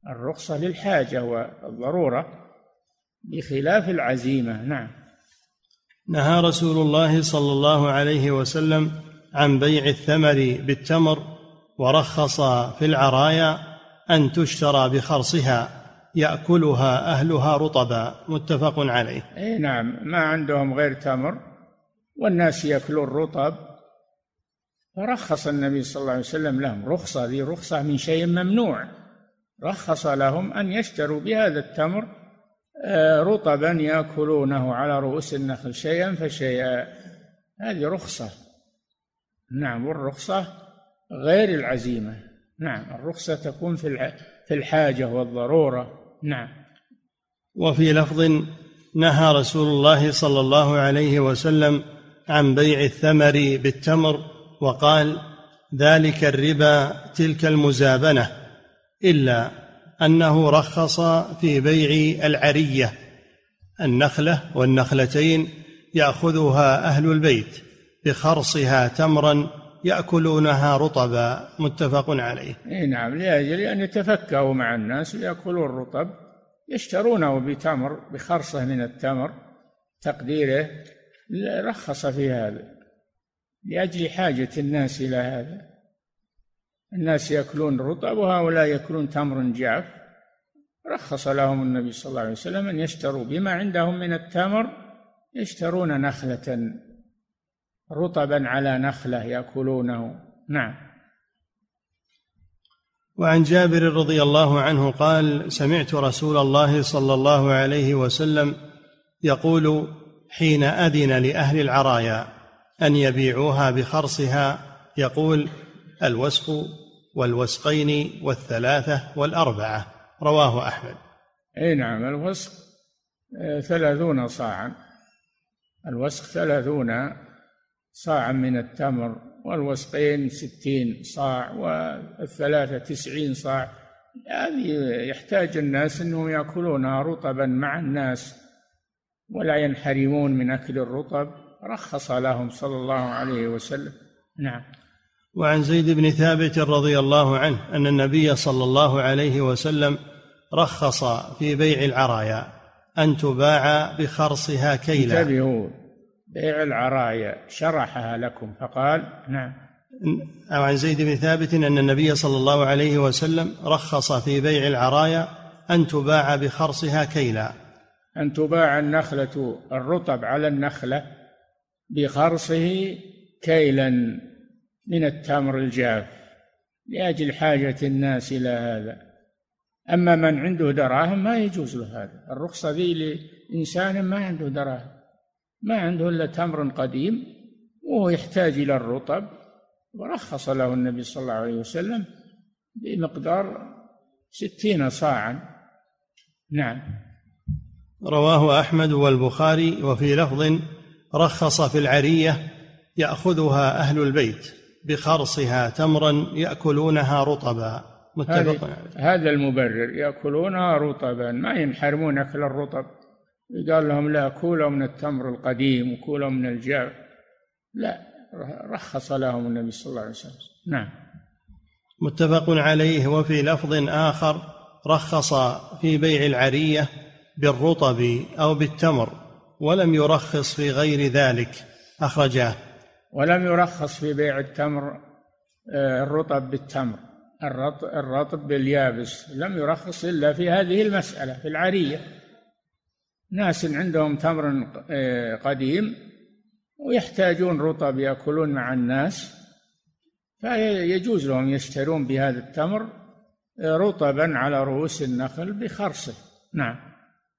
الرخصة للحاجة والضرورة بخلاف العزيمة. نعم. نهى رسول الله صلى الله عليه وسلم عن بيع الثمر بالتمر، ورخص في العرايا أن تشترى بخرصها يأكلها أهلها رطبا، متفق عليه. نعم، ما عندهم غير تمر والناس يأكلون رطب، فرخص النبي صلى الله عليه وسلم لهم رخصة، ذي رخصة من شيء ممنوع، رخص لهم أن يشتروا بهذا التمر رطبا يأكلونه على رؤوس النخل شيئا فشيئا، هذه رخصة. نعم، والرخصة غير العزيمة. نعم، الرخصة تكون في الحاجة والضرورة. نعم. وفي لفظ: نهى رسول الله صلى الله عليه وسلم عن بيع الثمر بالتمر، وقال: ذلك الربا تلك المزابنة، إلا أنه رخص في بيع العرية، النخلة والنخلتين يأخذها أهل البيت بخرصها تمرا يأكلونها رطبا، متفق عليه. نعم، لأجل أن يتفكهوا مع الناس ويأكلوا الرطب يشترونه بتمر، بخرصة من التمر تقديره، رخص في هذا لأجل حاجة الناس إلى هذا. الناس يأكلون رطب وهؤلاء يأكلون تمر جاف، رخص لهم النبي صلى الله عليه وسلم أن يشتروا بما عندهم من التمر، يشترون نخلة رطبا على نخلة يأكلونه. نعم. وعن جابر رضي الله عنه قال: سمعت رسول الله صلى الله عليه وسلم يقول حين أذن لأهل العرايا أن يبيعوها بخرصها، يقول: الوسق والوسقين والثلاثة والأربعة، رواه أحمد. نعم، الوسق 30 صاعا، الوسق 30 صاعا من التمر، والوسقين 60 صاع، والثلاثة 90 صاع. هذه يحتاج الناس أنهم يأكلونها رطبا مع الناس ولا ينحرمون من أكل الرطب، رخص لهم صلى الله عليه وسلم. نعم. وعن زيد بن ثابت رضي الله عنه أن النبي صلى الله عليه وسلم رخص في بيع العرايا أن تباع بخرصها كيلا. انتبهوا، بيع العرايا شرحها لكم فقال. نعم. عن زيد بن ثابت أن النبي صلى الله عليه وسلم رخص في بيع العرايا أن تباع بخرصها كيلا، أن تباع النخلة الرطب على النخلة بخرصه كيلا من التمر الجاف لأجل حاجة الناس إلى هذا. أما من عنده دراهم ما يجوز له هذا، الرخصة ذي لإنسان ما عنده دراهم، ما عنده إلا تمر قديم وهو يحتاج إلى الرطب، ورخص له النبي صلى الله عليه وسلم بمقدار 60 صاعا. نعم. رواه أحمد والبخاري. وفي لفظ: رخص في العرية يأخذها أهل البيت بخرصها تمرا يأكلونها رطبا، متفق عليه. هذا المبرر، يأكلونها رطبا، ما ينحرمون أكل الرطب. قال لهم لا، كولوا من التمر القديم وكولوا من الجاف، لا، رخص لهم النبي صلى الله عليه وسلم. نعم. متفق عليه. وفي لفظ آخر: رخص في بيع العرية بالرطب أو بالتمر، ولم يرخص في غير ذلك، أخرجاه. ولم يرخص في بيع التمر الرطب بالتمر، الرطب باليابس، لم يرخص إلا في هذه المسألة في العرية. ناس عندهم تمر قديم ويحتاجون رطب يأكلون مع الناس، فيجوز لهم يشترون بهذا التمر رطبا على رؤوس النخل بخرصه. نعم.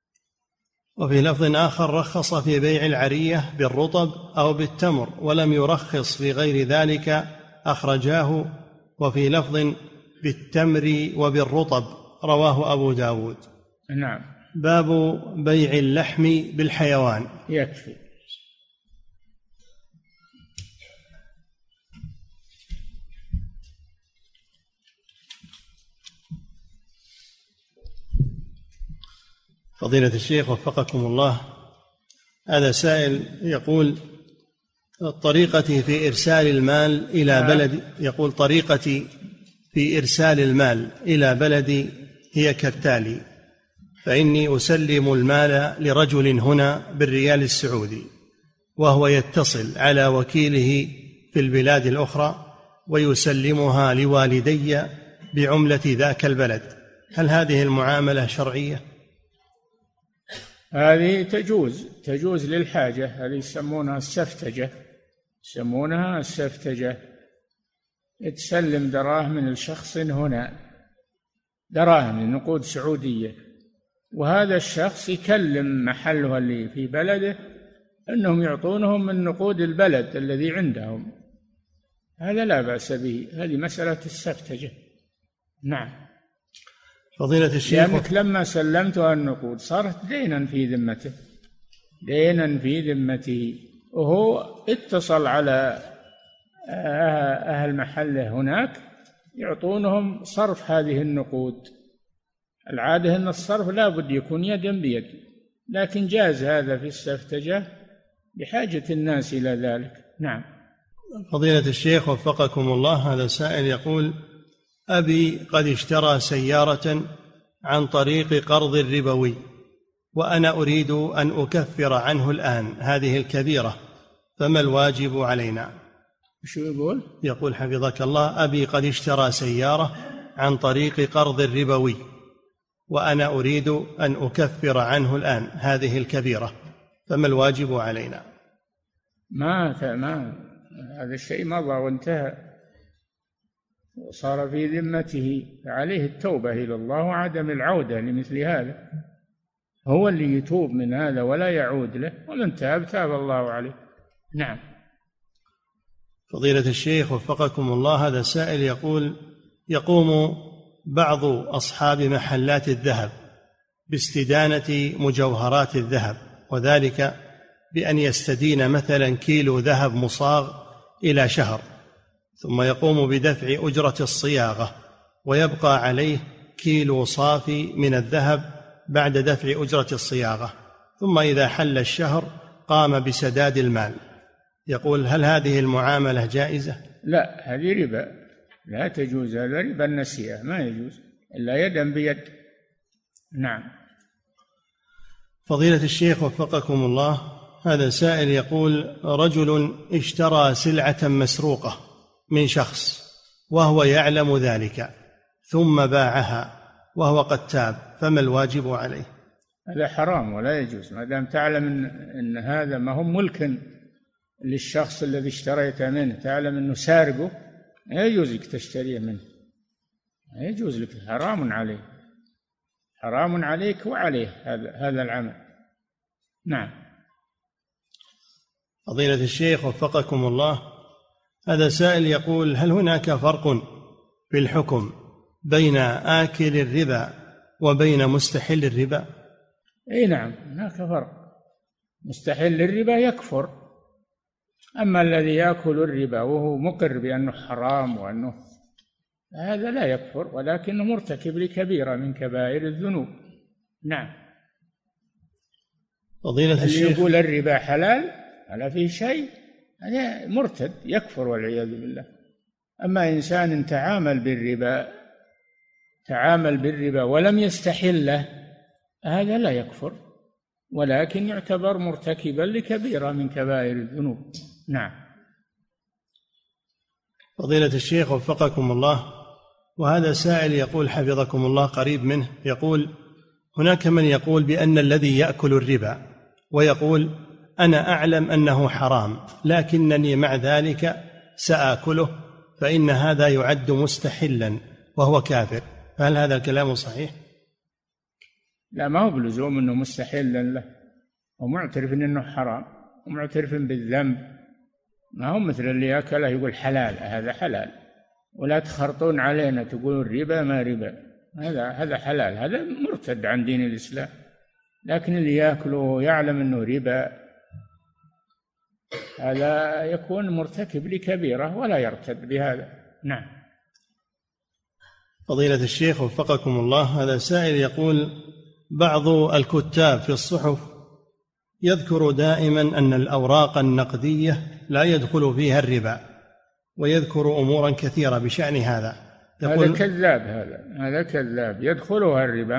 وفي لفظ آخر: رخص في بيع العرية بالرطب أو بالتمر، ولم يرخص في غير ذلك، أخرجاه. وفي لفظ: بالتمر وبالرطب، رواه أبو داود. نعم. باب بيع اللحم بالحيوان. يكفي. فضيلة الشيخ وفقكم الله، هذا سائل يقول: طريقتي في إرسال المال إلى بلدي، يقول: طريقتي في إرسال المال إلى بلدي هي كالتالي: فإني أسلم المال لرجل هنا بالريال السعودي، وهو يتصل على وكيله في البلاد الأخرى ويسلمها لوالدي بعملة ذاك البلد، هل هذه المعاملة شرعية؟ هذه تجوز للحاجة، هذه يسمونها السفتجة. تسلم دراهم من الشخص هنا، دراهم نقود سعودية، وهذا الشخص يكلم محله اللي في بلده أنهم يعطونهم من نقود البلد الذي عندهم، هذا لا بأس به، هذه مسألة السفتجة. نعم. فضيلة الشيخ، لأنك لما سلمتها النقود صارت دينا في ذمته، وهو اتصل على أهل محله هناك يعطونهم صرف هذه النقود. العادة أن الصرف لا بد يكون يدا بيد، لكن جاز هذا في السفتجة بحاجة الناس إلى ذلك. نعم. فضيلة الشيخ وفقكم الله، هذا سائل يقول: أبي قد اشترى سيارة عن طريق قرض ربوي، وأنا أريد أن أكفر عنه الآن هذه الكبيرة، فما الواجب علينا؟ شو يقول؟ يقول حفظك الله: أبي قد اشترى سيارة عن طريق قرض ربوي، وأنا أريد أن أكفر عنه الآن هذه الكبيرة، فما الواجب علينا؟ ما هذا الشيء مضى وانتهى وصار في ذمته، فعليه التوبة إلى الله وعدم العودة لمثل هذا، هو اللي يتوب من هذا ولا يعود له، ومن تاب الله عليه. نعم. فضيلة الشيخ وفقكم الله، هذا سائل يقول: يقوم بعض أصحاب محلات الذهب باستدانة مجوهرات الذهب، وذلك بأن يستدين مثلا كيلو ذهب مصاغ إلى شهر، ثم يقوم بدفع أجرة الصياغة، ويبقى عليه كيلو صافي من الذهب بعد دفع أجرة الصياغة، ثم إذا حل الشهر قام بسداد المال. يقول: هل هذه المعاملة جائزة؟ لا، هذه ربا، لا تجوز، هذا ربا النسيئة، ما يجوز إلا يدا بيد. نعم. فضيلة الشيخ وفقكم الله، هذا سائل يقول: رجل اشترى سلعة مسروقة من شخص وهو يعلم ذلك ثم باعها وهو قد تاب، فما الواجب عليه؟ هذا حرام ولا يجوز، ما دام تعلم أن هذا ما هو ملك للشخص الذي اشتريت منه، تعلم أنه سارقه، لا يجوز لك تشتريه منه، لا يجوز لك، حرام عليك وعليه هذا العمل. نعم. فضيلة الشيخ وفقكم الله، هذا سائل يقول: هل هناك فرق في الحكم بين آكل الربا وبين مستحل الربا؟ اي نعم، هناك فرق. مستحل الربا يكفر، أما الذي يأكل الربا وهو مقر بأنه حرام وأنه هذا لا يكفر، ولكنه مرتكب لكبيرة من كبائر الذنوب. نعم. فضيلة الشيخ، اللي يقول الربا حلال ألا فيه شيء، هذا مرتد يكفر والعياذ بالله. أما إنسان تعامل بالربا ولم يستحله، هذا لا يكفر، ولكن يعتبر مرتكبا لكبيرة من كبائر الذنوب. نعم. فضيلة الشيخ وفقكم الله، وهذا سائل يقول حفظكم الله قريب منه، يقول: هناك من يقول بأن الذي يأكل الربا ويقول: أنا أعلم أنه حرام لكنني مع ذلك سآكله، فإن هذا يعد مستحلا وهو كافر، فهل هذا الكلام صحيح؟ لا، ما هو بلزوم أنه مستحلا له، ومعترف أنه حرام ومعترف بالذنب، ما هو مثل اللي يأكله يقول حلال، هذا حلال، ولا تخرطون علينا تقولون الربا ما ربا، هذا حلال، هذا مرتد عن دين الإسلام. لكن اللي يأكله يعلم أنه ربا، هذا يكون مرتكب لكبيرة ولا يرتد بهذا. نعم. فضيلة الشيخ وفقكم الله، هذا سائل يقول: بعض الكتاب في الصحف يذكر دائما أن الأوراق النقدية لا يدخل فيها الربا، ويذكر أمورا كثيرة بشأن هذا، هذا كذاب، هذا كذاب، يدخلها الربا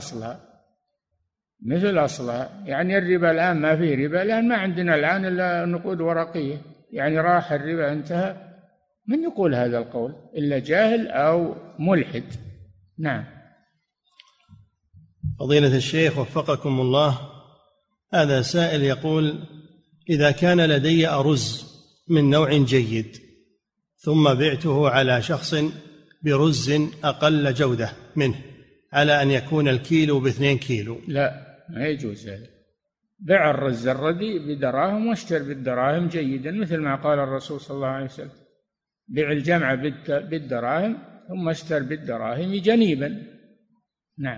مثل أصلها. يعني الربا الآن ما فيه ربا، لأن ما عندنا الآن إلا نقود ورقية، يعني راح الربا انتهى. من يقول هذا القول إلا جاهل أو ملحد. نعم. فضيلة الشيخ وفقكم الله، هذا سائل يقول: إذا كان لدي أرز من نوع جيد ثم بعته على شخص برز أقل جودة منه على أن يكون الكيلو ب2 كيلو. لا، ما يجوز هذا. بع الرز الرديء بدراهم واشتر بالدراهم جيدا، مثل ما قال الرسول صلى الله عليه وسلم: بع الجمع بالدراهم ثم اشتر بالدراهم جنيبا. نعم.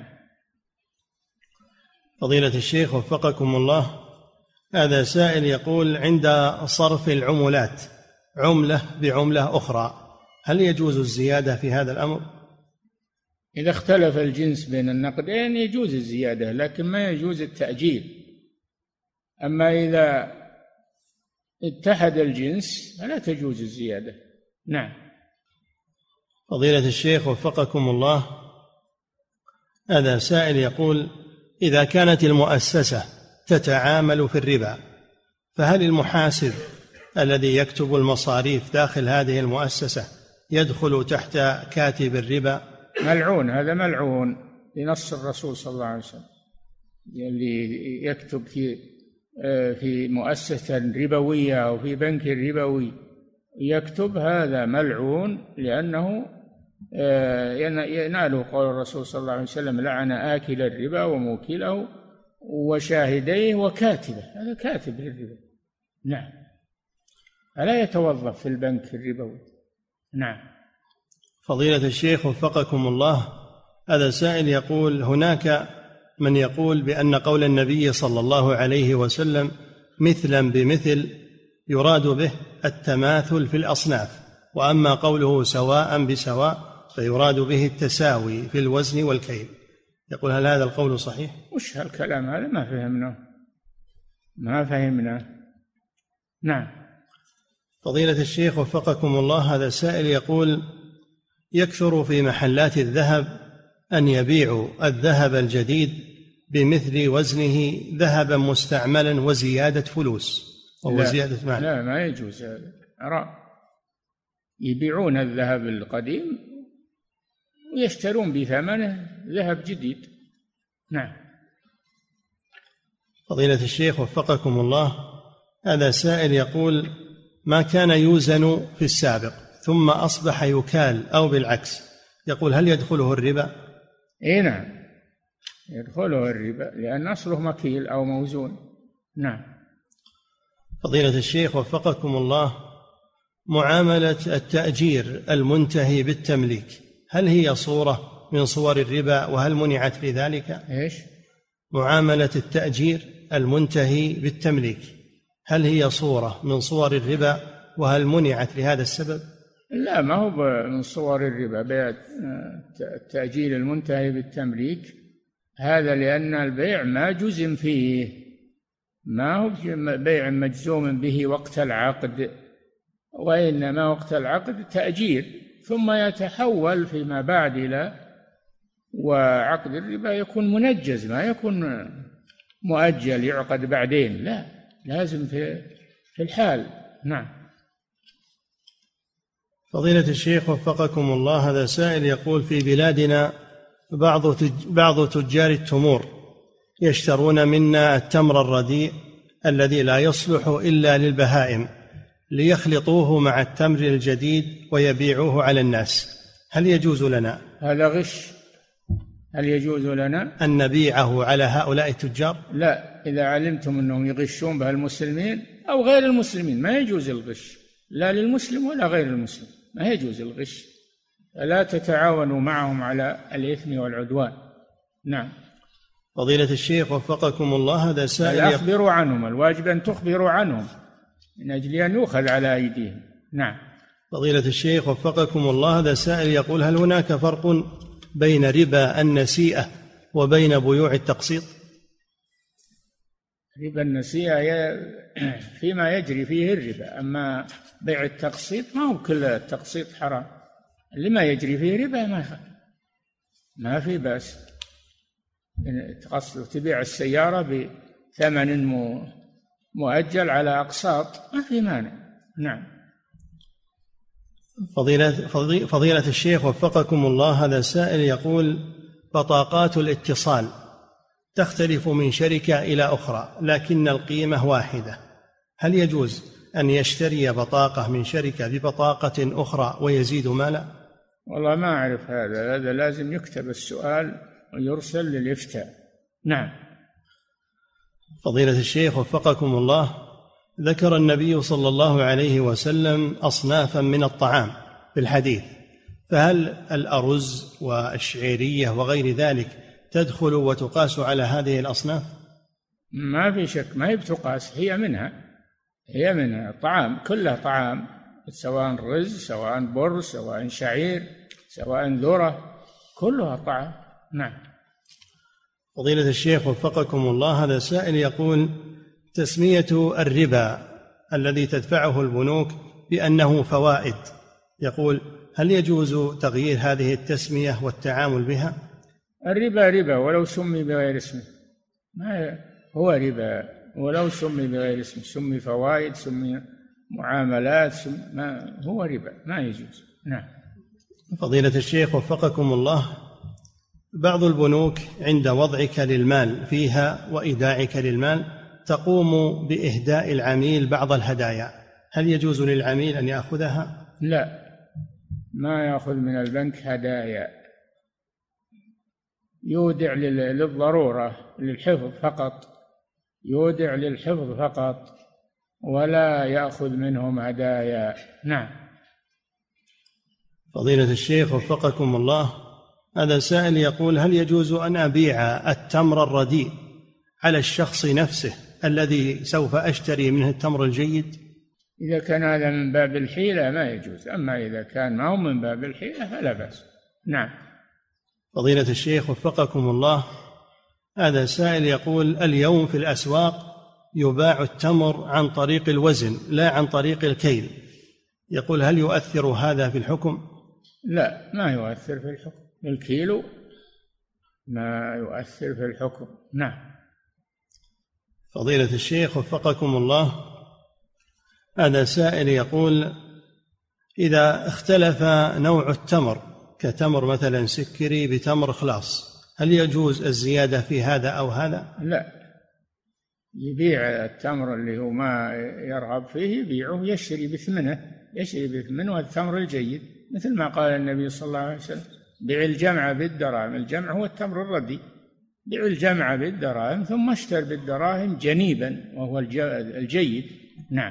فضيلة الشيخ وفقكم الله، هذا سائل يقول: عند صرف العملات عملة بعملة أخرى، هل يجوز الزيادة في هذا الأمر؟ إذا اختلف الجنس بين النقدين يجوز الزيادة، لكن ما يجوز التأجيل. أما إذا اتحد الجنس فلا تجوز الزيادة. نعم. فضيلة الشيخ وفقكم الله، هذا سائل يقول: إذا كانت المؤسسة تتعامل في الربا، فهل المحاسب الذي يكتب المصاريف داخل هذه المؤسسة يدخل تحت كاتب الربا؟ ملعون، هذا ملعون بنص الرسول صلى الله عليه وسلم. اللي يكتب في مؤسسة ربوية أو في بنك ربوي يكتب، هذا ملعون، لأنه يناله قول الرسول صلى الله عليه وسلم: لعن آكل الربا وموكله وشاهديه وكاتبه. هذا كاتب للربا. نعم. ألا يتوظف في البنك الربوي. نعم. فضيلة الشيخ وفقكم الله، هذا سائل يقول: هناك من يقول بأن قول النبي صلى الله عليه وسلم مثلا بمثل يراد به التماثل في الأصناف، وأما قوله سواء بسواء فيراد به التساوي في الوزن والكيل. يقول: هل هذا القول صحيح؟ وش هالكلام هذا؟ ما فهمنا. نعم. فضيلة الشيخ وفقكم الله، هذا سائل يقول: يكثر في محلات الذهب أن يبيعوا الذهب الجديد بمثل وزنه ذهبا مستعملا وزيادة فلوس وزيادة مال. لا، ما يجوز هذا، حرام. يبيعون الذهب القديم ويشترون بثمنه ذهب جديد. نعم. فضيلة الشيخ وفقكم الله، هذا سائل يقول: ما كان يوزن في السابق ثم أصبح يكال أو بالعكس، يقول: هل يدخله الربا؟ نعم، يدخله الربا، لأن أصله مكيل أو موزون. نعم. فضيلة الشيخ وفقكم الله، معاملة التأجير المنتهي بالتمليك هل هي صورة من صور الربا، وهل منعت لذلك؟ إيش؟ معاملة التأجير المنتهي بالتمليك هل هي صورة من صور الربا، وهل منعت لهذا السبب؟ لا، ما هو من صور الربا بيع التأجير المنتهي بالتمليك، هذا لأن البيع ما جزم فيه، ما هو بيع مجزوم به وقت العقد، وإنما وقت العقد تأجير، ثم يتحول فيما بعد إلى، وعقد الربا يكون منجز، ما يكون مؤجل يعقد بعدين، لا، لازم في الحال. نعم. فضيلة الشيخ وفقكم الله، هذا سائل يقول: في بلادنا بعض تجار التمور يشترون منا التمر الرديء الذي لا يصلح إلا للبهائم ليخلطوه مع التمر الجديد ويبيعوه على الناس، هل يجوز لنا؟ هذا غش. هل يجوز لنا أن نبيعه على هؤلاء التجار؟ لا، إذا علمتم أنهم يغشون بها المسلمين أو غير المسلمين ما يجوز الغش، لا للمسلم ولا غير المسلم، ما يجوز الغش، لا تتعاونوا معهم على الإثم والعدوان. نعم. فضيلة الشيخ وفقكم الله، هذا سائل أخبروا عنهم، الواجب أن تخبروا عنهم من أجل أن يؤخذ على أيديهم. نعم. فضيلة الشيخ وفقكم الله، هذا سائل يقول: هل هناك فرق بين ربا النسيئة وبين بيوع التقسيط؟ ربا النسيئة فيما يجري فيه الربا، أما بيع التقسيط ما هو كل التقسيط حرام، اللي ما يجري فيه ربا ما في بأس. تبيع السيارة بثمن مؤجل على أقساط ما في مانع. نعم. فضيلة الشيخ وفقكم الله، هذا سائل يقول: بطاقات الاتصال تختلف من شركة إلى أخرى لكن القيمة واحدة، هل يجوز أن يشتري بطاقة من شركة ببطاقة أخرى ويزيد مالا؟ والله ما أعرف هذا لازم يكتب السؤال ويرسل للإفتاء. نعم. فضيلة الشيخ وفقكم الله، ذكر النبي صلى الله عليه وسلم أصنافا من الطعام في الحديث، فهل الأرز والشعيرية وغير ذلك تدخل وتقاس على هذه الأصناف؟ ما في شك، ما هي بتقاس، هي منها طعام، كلها طعام، سواء رز سواء بر سواء شعير سواء ذرة، كلها طعام. نعم. فضيلة الشيخ وفقكم الله، هذا سائل يقول: تسمية الربا الذي تدفعه البنوك بأنه فوائد، يقول: هل يجوز تغيير هذه التسمية والتعامل بها؟ الربا ربا ولو سمي بغير اسمه، ما هو ربا ولو سمي بغير اسمه، سمي فوائد سمي معاملات ما هو ربا، ما يجوز. نعم. فضيلة الشيخ وفقكم الله، بعض البنوك عند وضعك للمال فيها وإيداعك للمال تقوم بإهداء العميل بعض الهدايا، هل يجوز للعميل أن يأخذها؟ لا، ما يأخذ من البنك هدايا، يودع للضرورة للحفظ فقط، يودع للحفظ فقط ولا يأخذ منهم هدايا. نعم. فضيلة الشيخ وفقكم الله، هذا سائل يقول: هل يجوز أن أبيع التمر الرديء على الشخص نفسه الذي سوف أشتري منه التمر الجيد؟ إذا كان هذا من باب الحيلة ما يجوز، أما إذا كان ما هو من باب الحيلة فلا بأس. نعم. فضيلة الشيخ وفقكم الله، هذا سائل يقول: اليوم في الأسواق يباع التمر عن طريق الوزن لا عن طريق الكيل، يقول: هل يؤثر هذا في الحكم؟ لا، ما يؤثر في الحكم، الكيلو ما يؤثر في الحكم. نعم. فضيلة الشيخ وفقكم الله، هذا سائل يقول: إذا اختلف نوع التمر كتمر مثلا سكري بتمر خلاص، هل يجوز الزيادة في هذا أو هذا؟ لا، يبيع التمر اللي هو ما يرغب فيه يبيعه، يشتري بثمنه التمر الجيد، مثل ما قال النبي صلى الله عليه وسلم: بيع الجمع بالدراهم، الجمع هو التمر الردي، بيع الجمع بالدراهم ثم اشتر بالدراهم جنيبا وهو الجيد. نعم.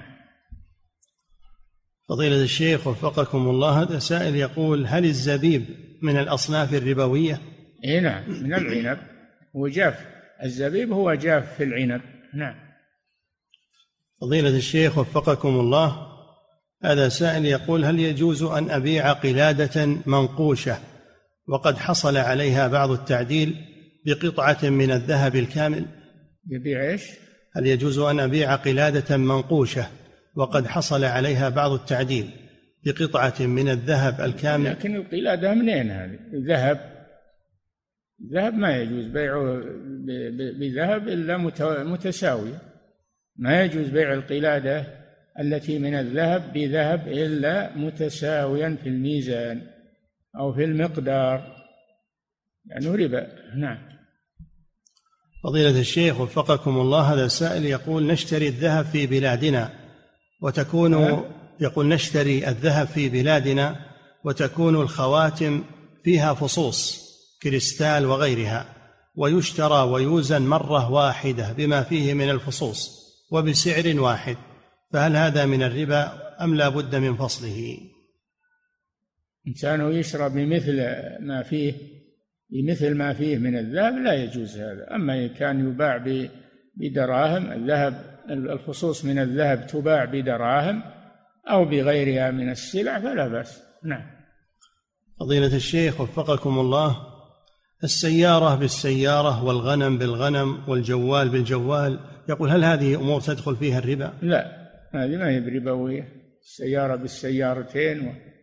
فضيلة الشيخ وفقكم الله، هذا سائل يقول: هل الزبيب من الأصناف الربوية؟ نعم، من العنب، وجاف الزبيب هو جاف في العنب. نعم. فضيلة الشيخ وفقكم الله، هذا سائل يقول: هل يجوز أن أبيع قلادة منقوشة وقد حصل عليها بعض التعديل بقطعة من الذهب الكامل؟ يبيع إيش؟ هل يجوز أن أبيع قلادة منقوشة وقد حصل عليها بعض التعديل بقطعة من الذهب الكامل؟ لكن القلادة منين هذه؟ ذهب ما يجوز بيعه بذهب إلا متساوية، ما يجوز بيع القلادة التي من الذهب بذهب إلا متساويا في الميزان أو في المقدار، يعني ربا. نعم. فضيلة الشيخ وفقكم الله، هذا السائل يقول: نشتري الذهب في بلادنا يقول: نشتري الذهب في بلادنا وتكون الخواتم فيها فصوص كريستال وغيرها، ويشترى ويوزن مرة واحدة بما فيه من الفصوص وبسعر واحد، فهل هذا من الربا أم لا بد من فصله؟ إنسان يشرى بمثل ما فيه من الذهب لا يجوز هذا. أما إن كان يباع بدراهم، الذهب الفصوص من الذهب تباع بدراهم أو بغيرها من السلع فلا بأس. نعم. فضيلة الشيخ وفقكم الله، السيارة بالسيارة والغنم بالغنم والجوال بالجوال، يقول: هل هذه أمور تدخل فيها الربا؟ لا، هذه ما هي بربوية، السيارة بالسيارتين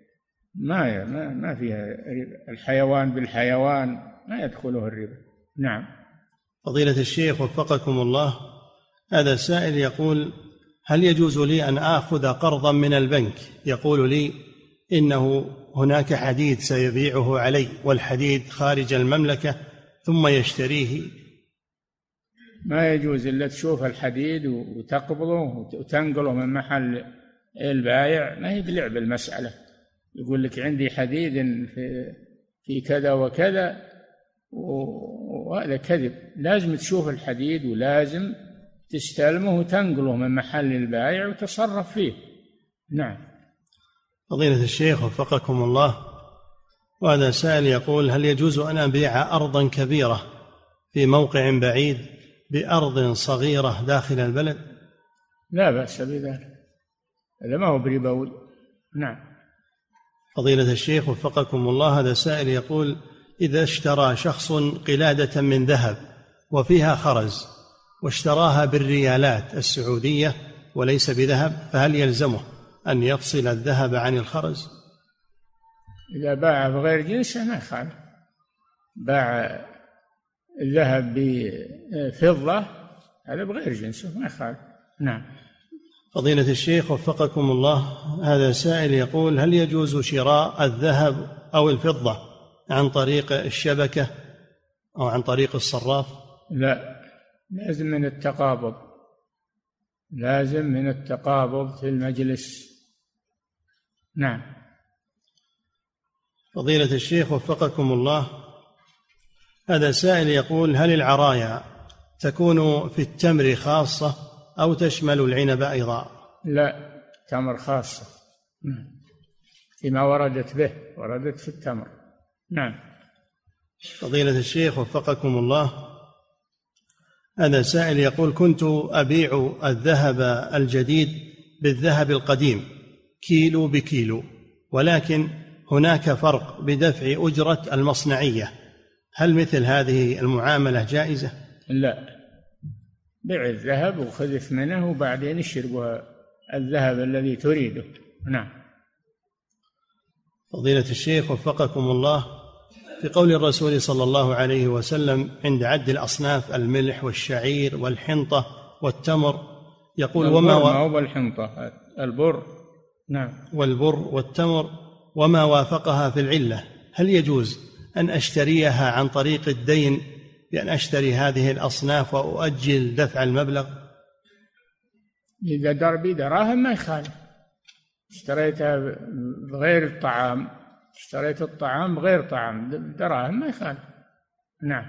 ما فيها ربا. الحيوان بالحيوان ما يدخله الربا. نعم. فضيلة الشيخ وفقكم الله، هذا سائل يقول: هل يجوز لي أن آخذ قرضا من البنك يقول لي إنه هناك حديد سيبيعه علي والحديد خارج المملكة ثم يشتريه؟ ما يجوز إلا تشوف الحديد وتقبضه وتنقله من محل البائع. ما هي بلعب المسألة، يقول لك عندي حديد في كذا وكذا، وهذا كذب. لازم تشوف الحديد ولازم تستلمه وتنقله من محل البائع وتصرف فيه. نعم. فضيلة الشيخ وفقكم الله، وهذا سائل يقول: هل يجوز أن أبيع أرضا كبيرة في موقع بعيد بأرض صغيرة داخل البلد؟ لا بأس بذلك، هذا ما هو بربوي. نعم. فضيلة الشيخ وفقكم الله، هذا سائل يقول: إذا اشترى شخص قلادة من ذهب وفيها خرز واشتراها بالريالات السعودية وليس بذهب، فهل يلزمه أن يفصل الذهب عن الخرز؟ إذا باع بغير جنسه ما يخالف. باع الذهب بفضة هذا بغير جنسه ما يخالف. نعم. فضيلة الشيخ وفقكم الله، هذا سائل يقول: هل يجوز شراء الذهب أو الفضة عن طريق الشبكة أو عن طريق الصراف؟ لا، لازم من التقابض، لازم من التقابض في المجلس. نعم. فضيلة الشيخ وفقكم الله، هذا سائل يقول: هل العرايا تكون في التمر خاصة أو تشمل العنب أيضا؟ لا، تمر خاصة فيما وردت به، وردت في التمر. نعم. فضيلة الشيخ وفقكم الله، هذا سائل يقول: كنت أبيع الذهب الجديد بالذهب القديم كيلو بكيلو، ولكن هناك فرق بدفع أجرة المصنعية، هل مثل هذه المعاملة جائزة؟ لا، بيع الذهب وخذ منه وبعدين اشتري الذهب الذي تريده. نعم. فضيلة الشيخ وفقكم الله، في قول الرسول صلى الله عليه وسلم عند عد الأصناف: الملح والشعير والحنطة والتمر، يقول: وما هو الحنطة؟ البر. نعم. والبر والتمر وما وافقها في العلة، هل يجوز أن أشتريها عن طريق الدين بأن أشتري هذه الأصناف وأؤجل دفع المبلغ؟ إذا دراهم ما يخالف. اشتريتها بغير الطعام، اشتريت الطعام بغير طعام، دراهم ما يخالف. نعم.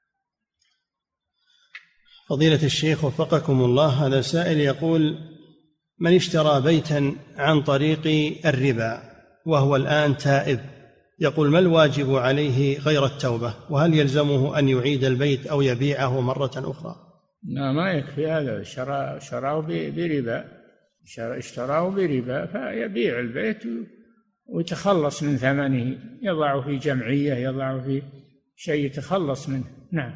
فضيلة الشيخ وفقكم الله، هذا سائل يقول: من اشترى بيتا عن طريق الربا وهو الآن تائب، يقول: ما الواجب عليه غير التوبة؟ وهل يلزمه أن يعيد البيت أو يبيعه مرة أخرى؟ لا، ما يكفي هذا. شراه بربا، اشتراه بربا، فيبيع البيت ويتخلص من ثمنه، يضعه في جمعية، يضعه في شيء يتخلص منه. نعم.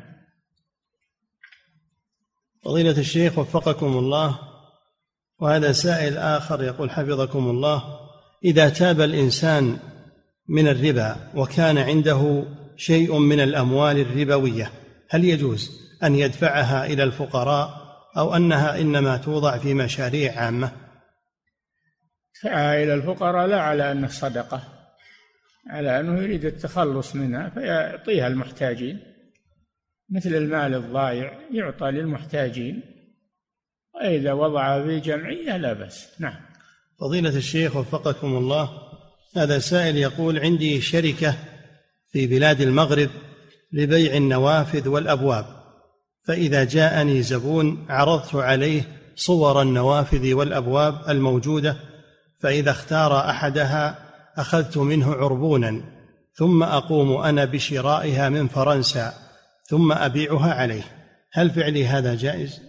فضيلة الشيخ وفقكم الله، وهذا سائل آخر يقول: حفظكم الله، إذا تاب الإنسان من الربا وكان عنده شيء من الأموال الربوية، هل يجوز أن يدفعها إلى الفقراء أو أنها إنما توضع في مشاريع عامة؟ دفعها إلى الفقراء لا على أنه صدقة، على أنه يريد التخلص منها فيعطيها المحتاجين، مثل المال الضائع يعطى للمحتاجين، وإذا وضعها في جمعية لا بأس. نعم. فضيلة الشيخ وفقكم الله، هذا سائل يقول: عندي شركة في بلاد المغرب لبيع النوافذ والأبواب، فإذا جاءني زبون عرضت عليه صور النوافذ والأبواب الموجودة، فإذا اختار أحدها أخذت منه عربونا، ثم أقوم أنا بشرائها من فرنسا ثم أبيعها عليه، هل فعلي هذا جائز؟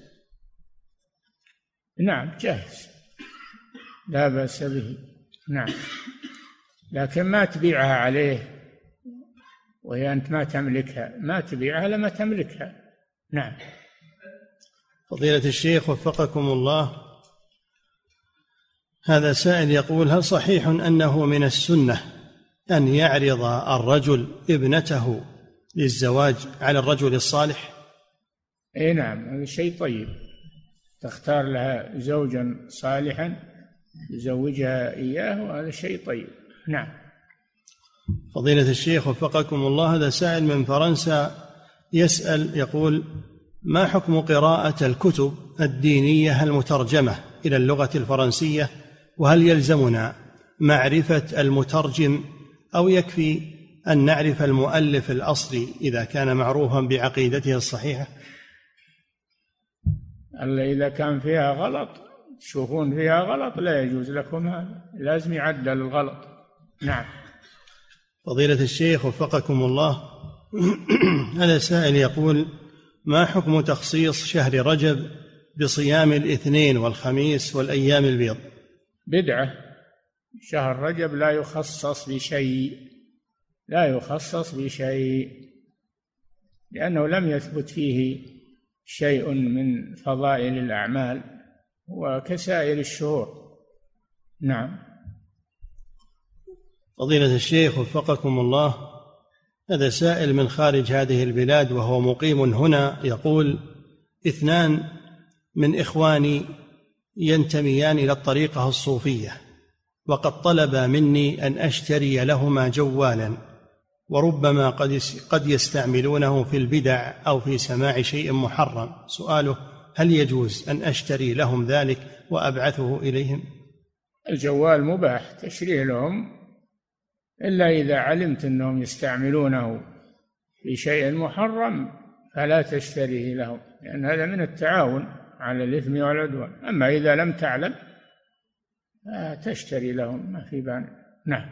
نعم جائز، لا بأس به. نعم، لكن ما تبيعها عليه وهي أنت ما تملكها، ما تبيعها لما تملكها. نعم. فضيلة الشيخ وفقكم الله، هذا سائل يقول: هل صحيح أنه من السنة أن يعرض الرجل ابنته للزواج على الرجل الصالح؟ اي نعم، هذا شيء طيب، تختار لها زوجا صالحا يزوجها إياه، وهذا شيء طيب. نعم. فضيلة الشيخ وفقكم الله، هذا سائل من فرنسا يسأل يقول: ما حكم قراءة الكتب الدينية المترجمة إلى اللغة الفرنسية؟ وهل يلزمنا معرفة المترجم أو يكفي أن نعرف المؤلف الأصلي إذا كان معروفا بعقيدته الصحيحة؟ ألا إذا كان فيها غلط، تشوفون فيها غلط، لا يجوز لكم هذا، لازم يعدل الغلط. نعم. فضيلة الشيخ وفقكم الله، هذا سائل يقول: ما حكم تخصيص شهر رجب بصيام الاثنين والخميس والأيام البيض؟ بدعة. شهر رجب لا يخصص بشيء، لا يخصص بشيء، لأنه لم يثبت فيه شيء من فضائل الأعمال وكسائر الشهور. نعم. فضيلة الشيخ وفقكم الله، هذا سائل من خارج هذه البلاد وهو مقيم هنا يقول: 2 من إخواني ينتميان إلى الطريقة الصوفية، وقد طلب مني أن أشتري لهما جوالا، وربما قد يستعملونه في البدع أو في سماع شيء محرم. سؤاله: هل يجوز أن أشتري لهم ذلك وأبعثه إليهم؟ الجوال مباح تشريه لهم، إلا إذا علمت أنهم يستعملونه في شيء محرم فلا تشتريه لهم، لأن هذا من التعاون على الإثم والعدوان. أما إذا لم تعلم تشتري لهم، ما في بأس. نعم.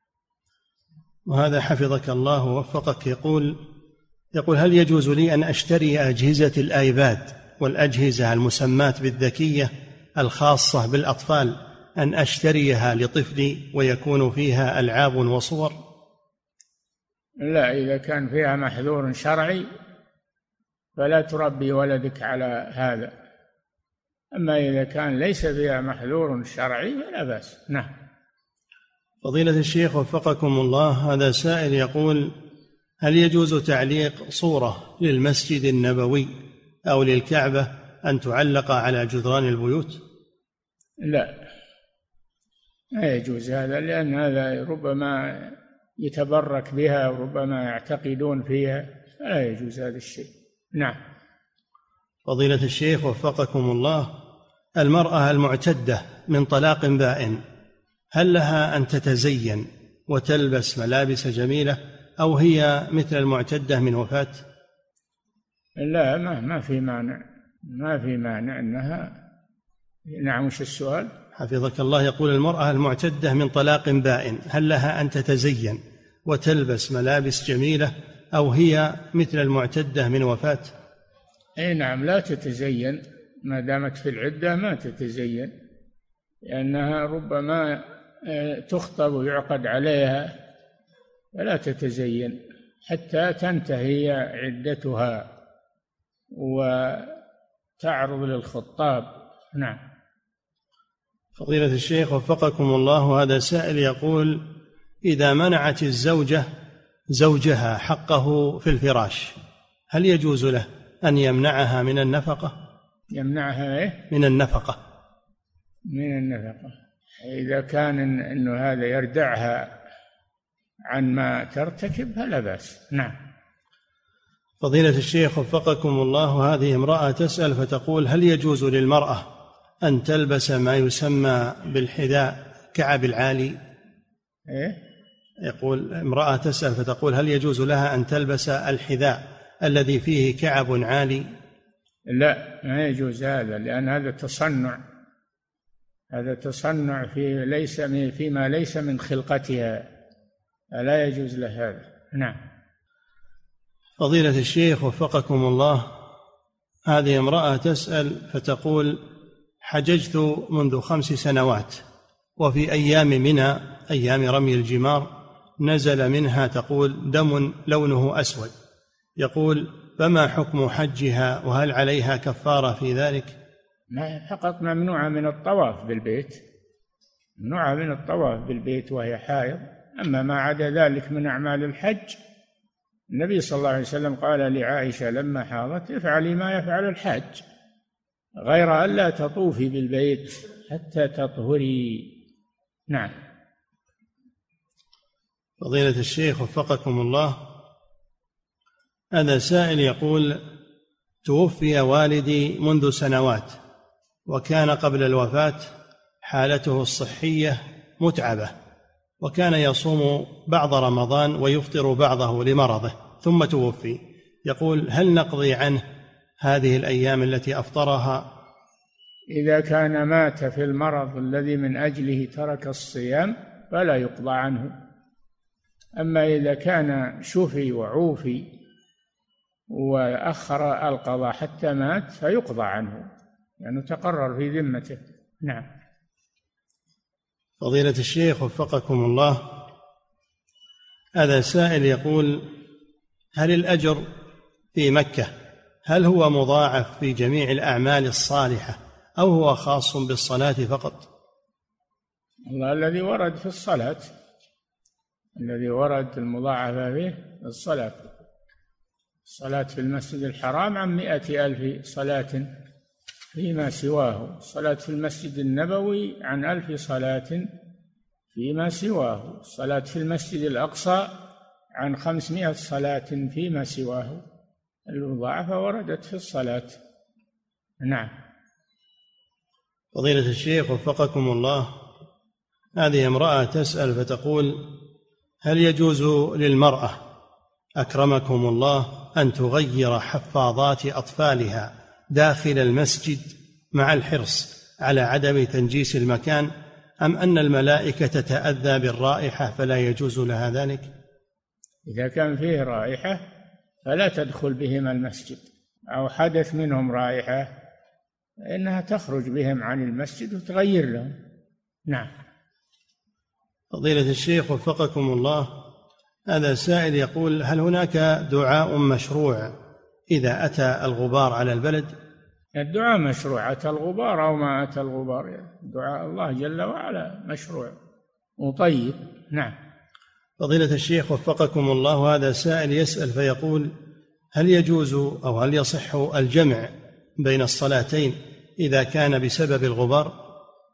وهذا حفظك الله ووفقك يقول: هل يجوز لي أن أشتري أجهزة الآيباد والأجهزة المسماة بالذكية الخاصة بالأطفال، أن أشتريها لطفلي ويكون فيها ألعاب وصور؟ لا، إذا كان فيها محذور شرعي فلا تربي ولدك على هذا، أما إذا كان ليس فيها محذور شرعي فلا بأس. نعم. فضيلة الشيخ وفقكم الله، هذا سائل يقول: هل يجوز تعليق صورة للمسجد النبوي أو للكعبة أن تعلق على جدران البيوت؟ لا يجوز هذا، لأن هذا ربما يتبرك بها وربما يعتقدون فيها، فلا يجوز هذا الشيء. نعم. فضيلة الشيخ وفقكم الله، المرأة المعتدة من طلاق بائن هل لها أن تتزين وتلبس ملابس جميلة، أو هي مثل المعتدة من وفاة؟ لا، ما في مانع، ما في مانع أنها. نعم. وش السؤال؟ حفظك الله، يقول: المرأة المعتدة من طلاق بائن هل لها أن تتزين وتلبس ملابس جميلة، أو هي مثل المعتدة من وفاة؟ أي نعم، لا تتزين ما دامت في العدة، ما تتزين، لأنها ربما تخطب ويعقد عليها، فلا تتزين حتى تنتهي عدتها وتعرض للخطاب. نعم. فضيلة الشيخ وفقكم الله، هذا سائل يقول: إذا منعت الزوجة زوجها حقه في الفراش، هل يجوز له أن يمنعها من النفقة؟ يمنعها إيه؟ من النفقة. من النفقة إذا كان أنه هذا يردعها عن ما ترتكب فلا بأس. نعم. فضيلة الشيخ وفقكم الله، هذه امرأة تسأل فتقول: هل يجوز للمرأة أن تلبس ما يسمى بالحذاء كعب العالي؟ إيه؟ يقول امرأة تسأل فتقول: هل يجوز لها أن تلبس الحذاء الذي فيه كعب عالي؟ لا، ما يجوز هذا، لأن هذا تصنع، هذا تصنع فيما ليس من خلقتها، لا يجوز له هذا. نعم. فضيلة الشيخ وفقكم الله، هذه امرأة تسأل فتقول: حججت منذ 5 سنوات، وفي أيام منى أيام رمي الجمار نزل منها تقول دم لونه أسود، يقول: فما حكم حجها، وهل عليها كفارة في ذلك؟ فقط ممنوعة من الطواف بالبيت، ممنوعة من الطواف بالبيت وهي حائض، أما ما عدا ذلك من أعمال الحج، النبي صلى الله عليه وسلم قال لعائشة لما حاضت: افعلي ما يفعل الحاج غير أن لا تطوفي بالبيت حتى تطهري. نعم. فضيلة الشيخ وفقكم الله، هذا سائل يقول: توفي والدي منذ سنوات، وكان قبل الوفاة حالته الصحية متعبة، وكان يصوم بعض رمضان ويفطر بعضه لمرضه، ثم توفي. يقول: هل نقضي عنه هذه الأيام التي أفطرها؟ إذا كان مات في المرض الذي من أجله ترك الصيام فلا يقضى عنه. أما إذا كان شفي وعوفي وأخر القضاء حتى مات فيقضى عنه، لأنه تقرر في ذمته. نعم. فضيلة الشيخ وفقكم الله، هذا سائل يقول: هل الأجر في مكة هل هو مضاعف في جميع الأعمال الصالحة أو هو خاص بالصلاة فقط؟ الله الذي ورد في الصلاة، الذي ورد المضاعفة فيه الصلاة. الصلاة في المسجد الحرام عن 100,000 صلاة فيما سواه، الصلاة في المسجد النبوي عن 1000 صلاة فيما سواه، الصلاة في المسجد الأقصى عن 500 صلاة فيما سواه. المضاعفة وردت في الصلاة. نعم. فضيلة الشيخ وفقكم الله، هذه امرأة تسأل فتقول: هل يجوز للمرأة أكرمكم الله أن تغير حفاضات أطفالها داخل المسجد مع الحرص على عدم تنجيس المكان، أم أن الملائكة تتأذى بالرائحة فلا يجوز لها ذلك؟ إذا كان فيه رائحة فلا تدخل بهم المسجد، أو حدث منهم رائحة إنها تخرج بهم عن المسجد وتغير لهم. نعم. فضيلة الشيخ وفقكم الله، هذا سائل يقول: هل هناك دعاء مشروع إذا أتى الغبار على البلد؟ الدعاء مشروع، أتى الغبار أو ما أتى الغبار، دعاء الله جل وعلا مشروع وطيب. نعم. فضيلة الشيخ وفقكم الله، هذا سائل يسأل فيقول: هل يجوز أو هل يصح الجمع بين الصلاتين إذا كان بسبب الغبار؟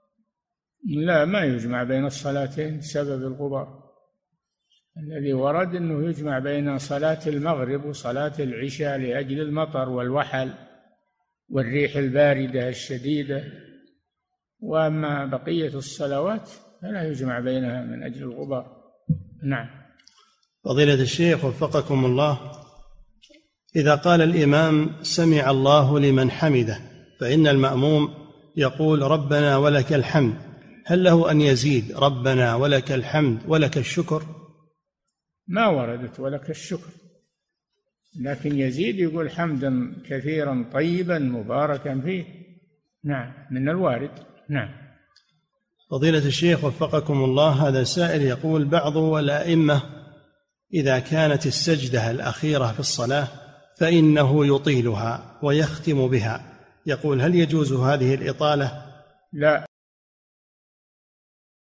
لا، ما يجمع بين الصلاتين بسبب الغبار. الذي ورد أنه يجمع بين صلاة المغرب وصلاة العشاء لأجل المطر والوحل والريح الباردة الشديدة، وأما بقية الصلوات فلا يجمع بينها من أجل الغبار. نعم. فضيلة الشيخ وفقكم الله، إذا قال الإمام سمع الله لمن حمده فإن المأموم يقول ربنا ولك الحمد، هل له أن يزيد ربنا ولك الحمد ولك الشكر؟ ما وردت ولك الشكر، لكن يزيد يقول حمدا كثيرا طيبا مباركا فيه. نعم، من الوارد. نعم. فضيلة الشيخ وفقكم الله، هذا سائل يقول: بعض الأئمة إذا كانت السجدة الأخيرة في الصلاة فإنه يطيلها ويختم بها، يقول: هل يجوز هذه الإطالة؟ لا.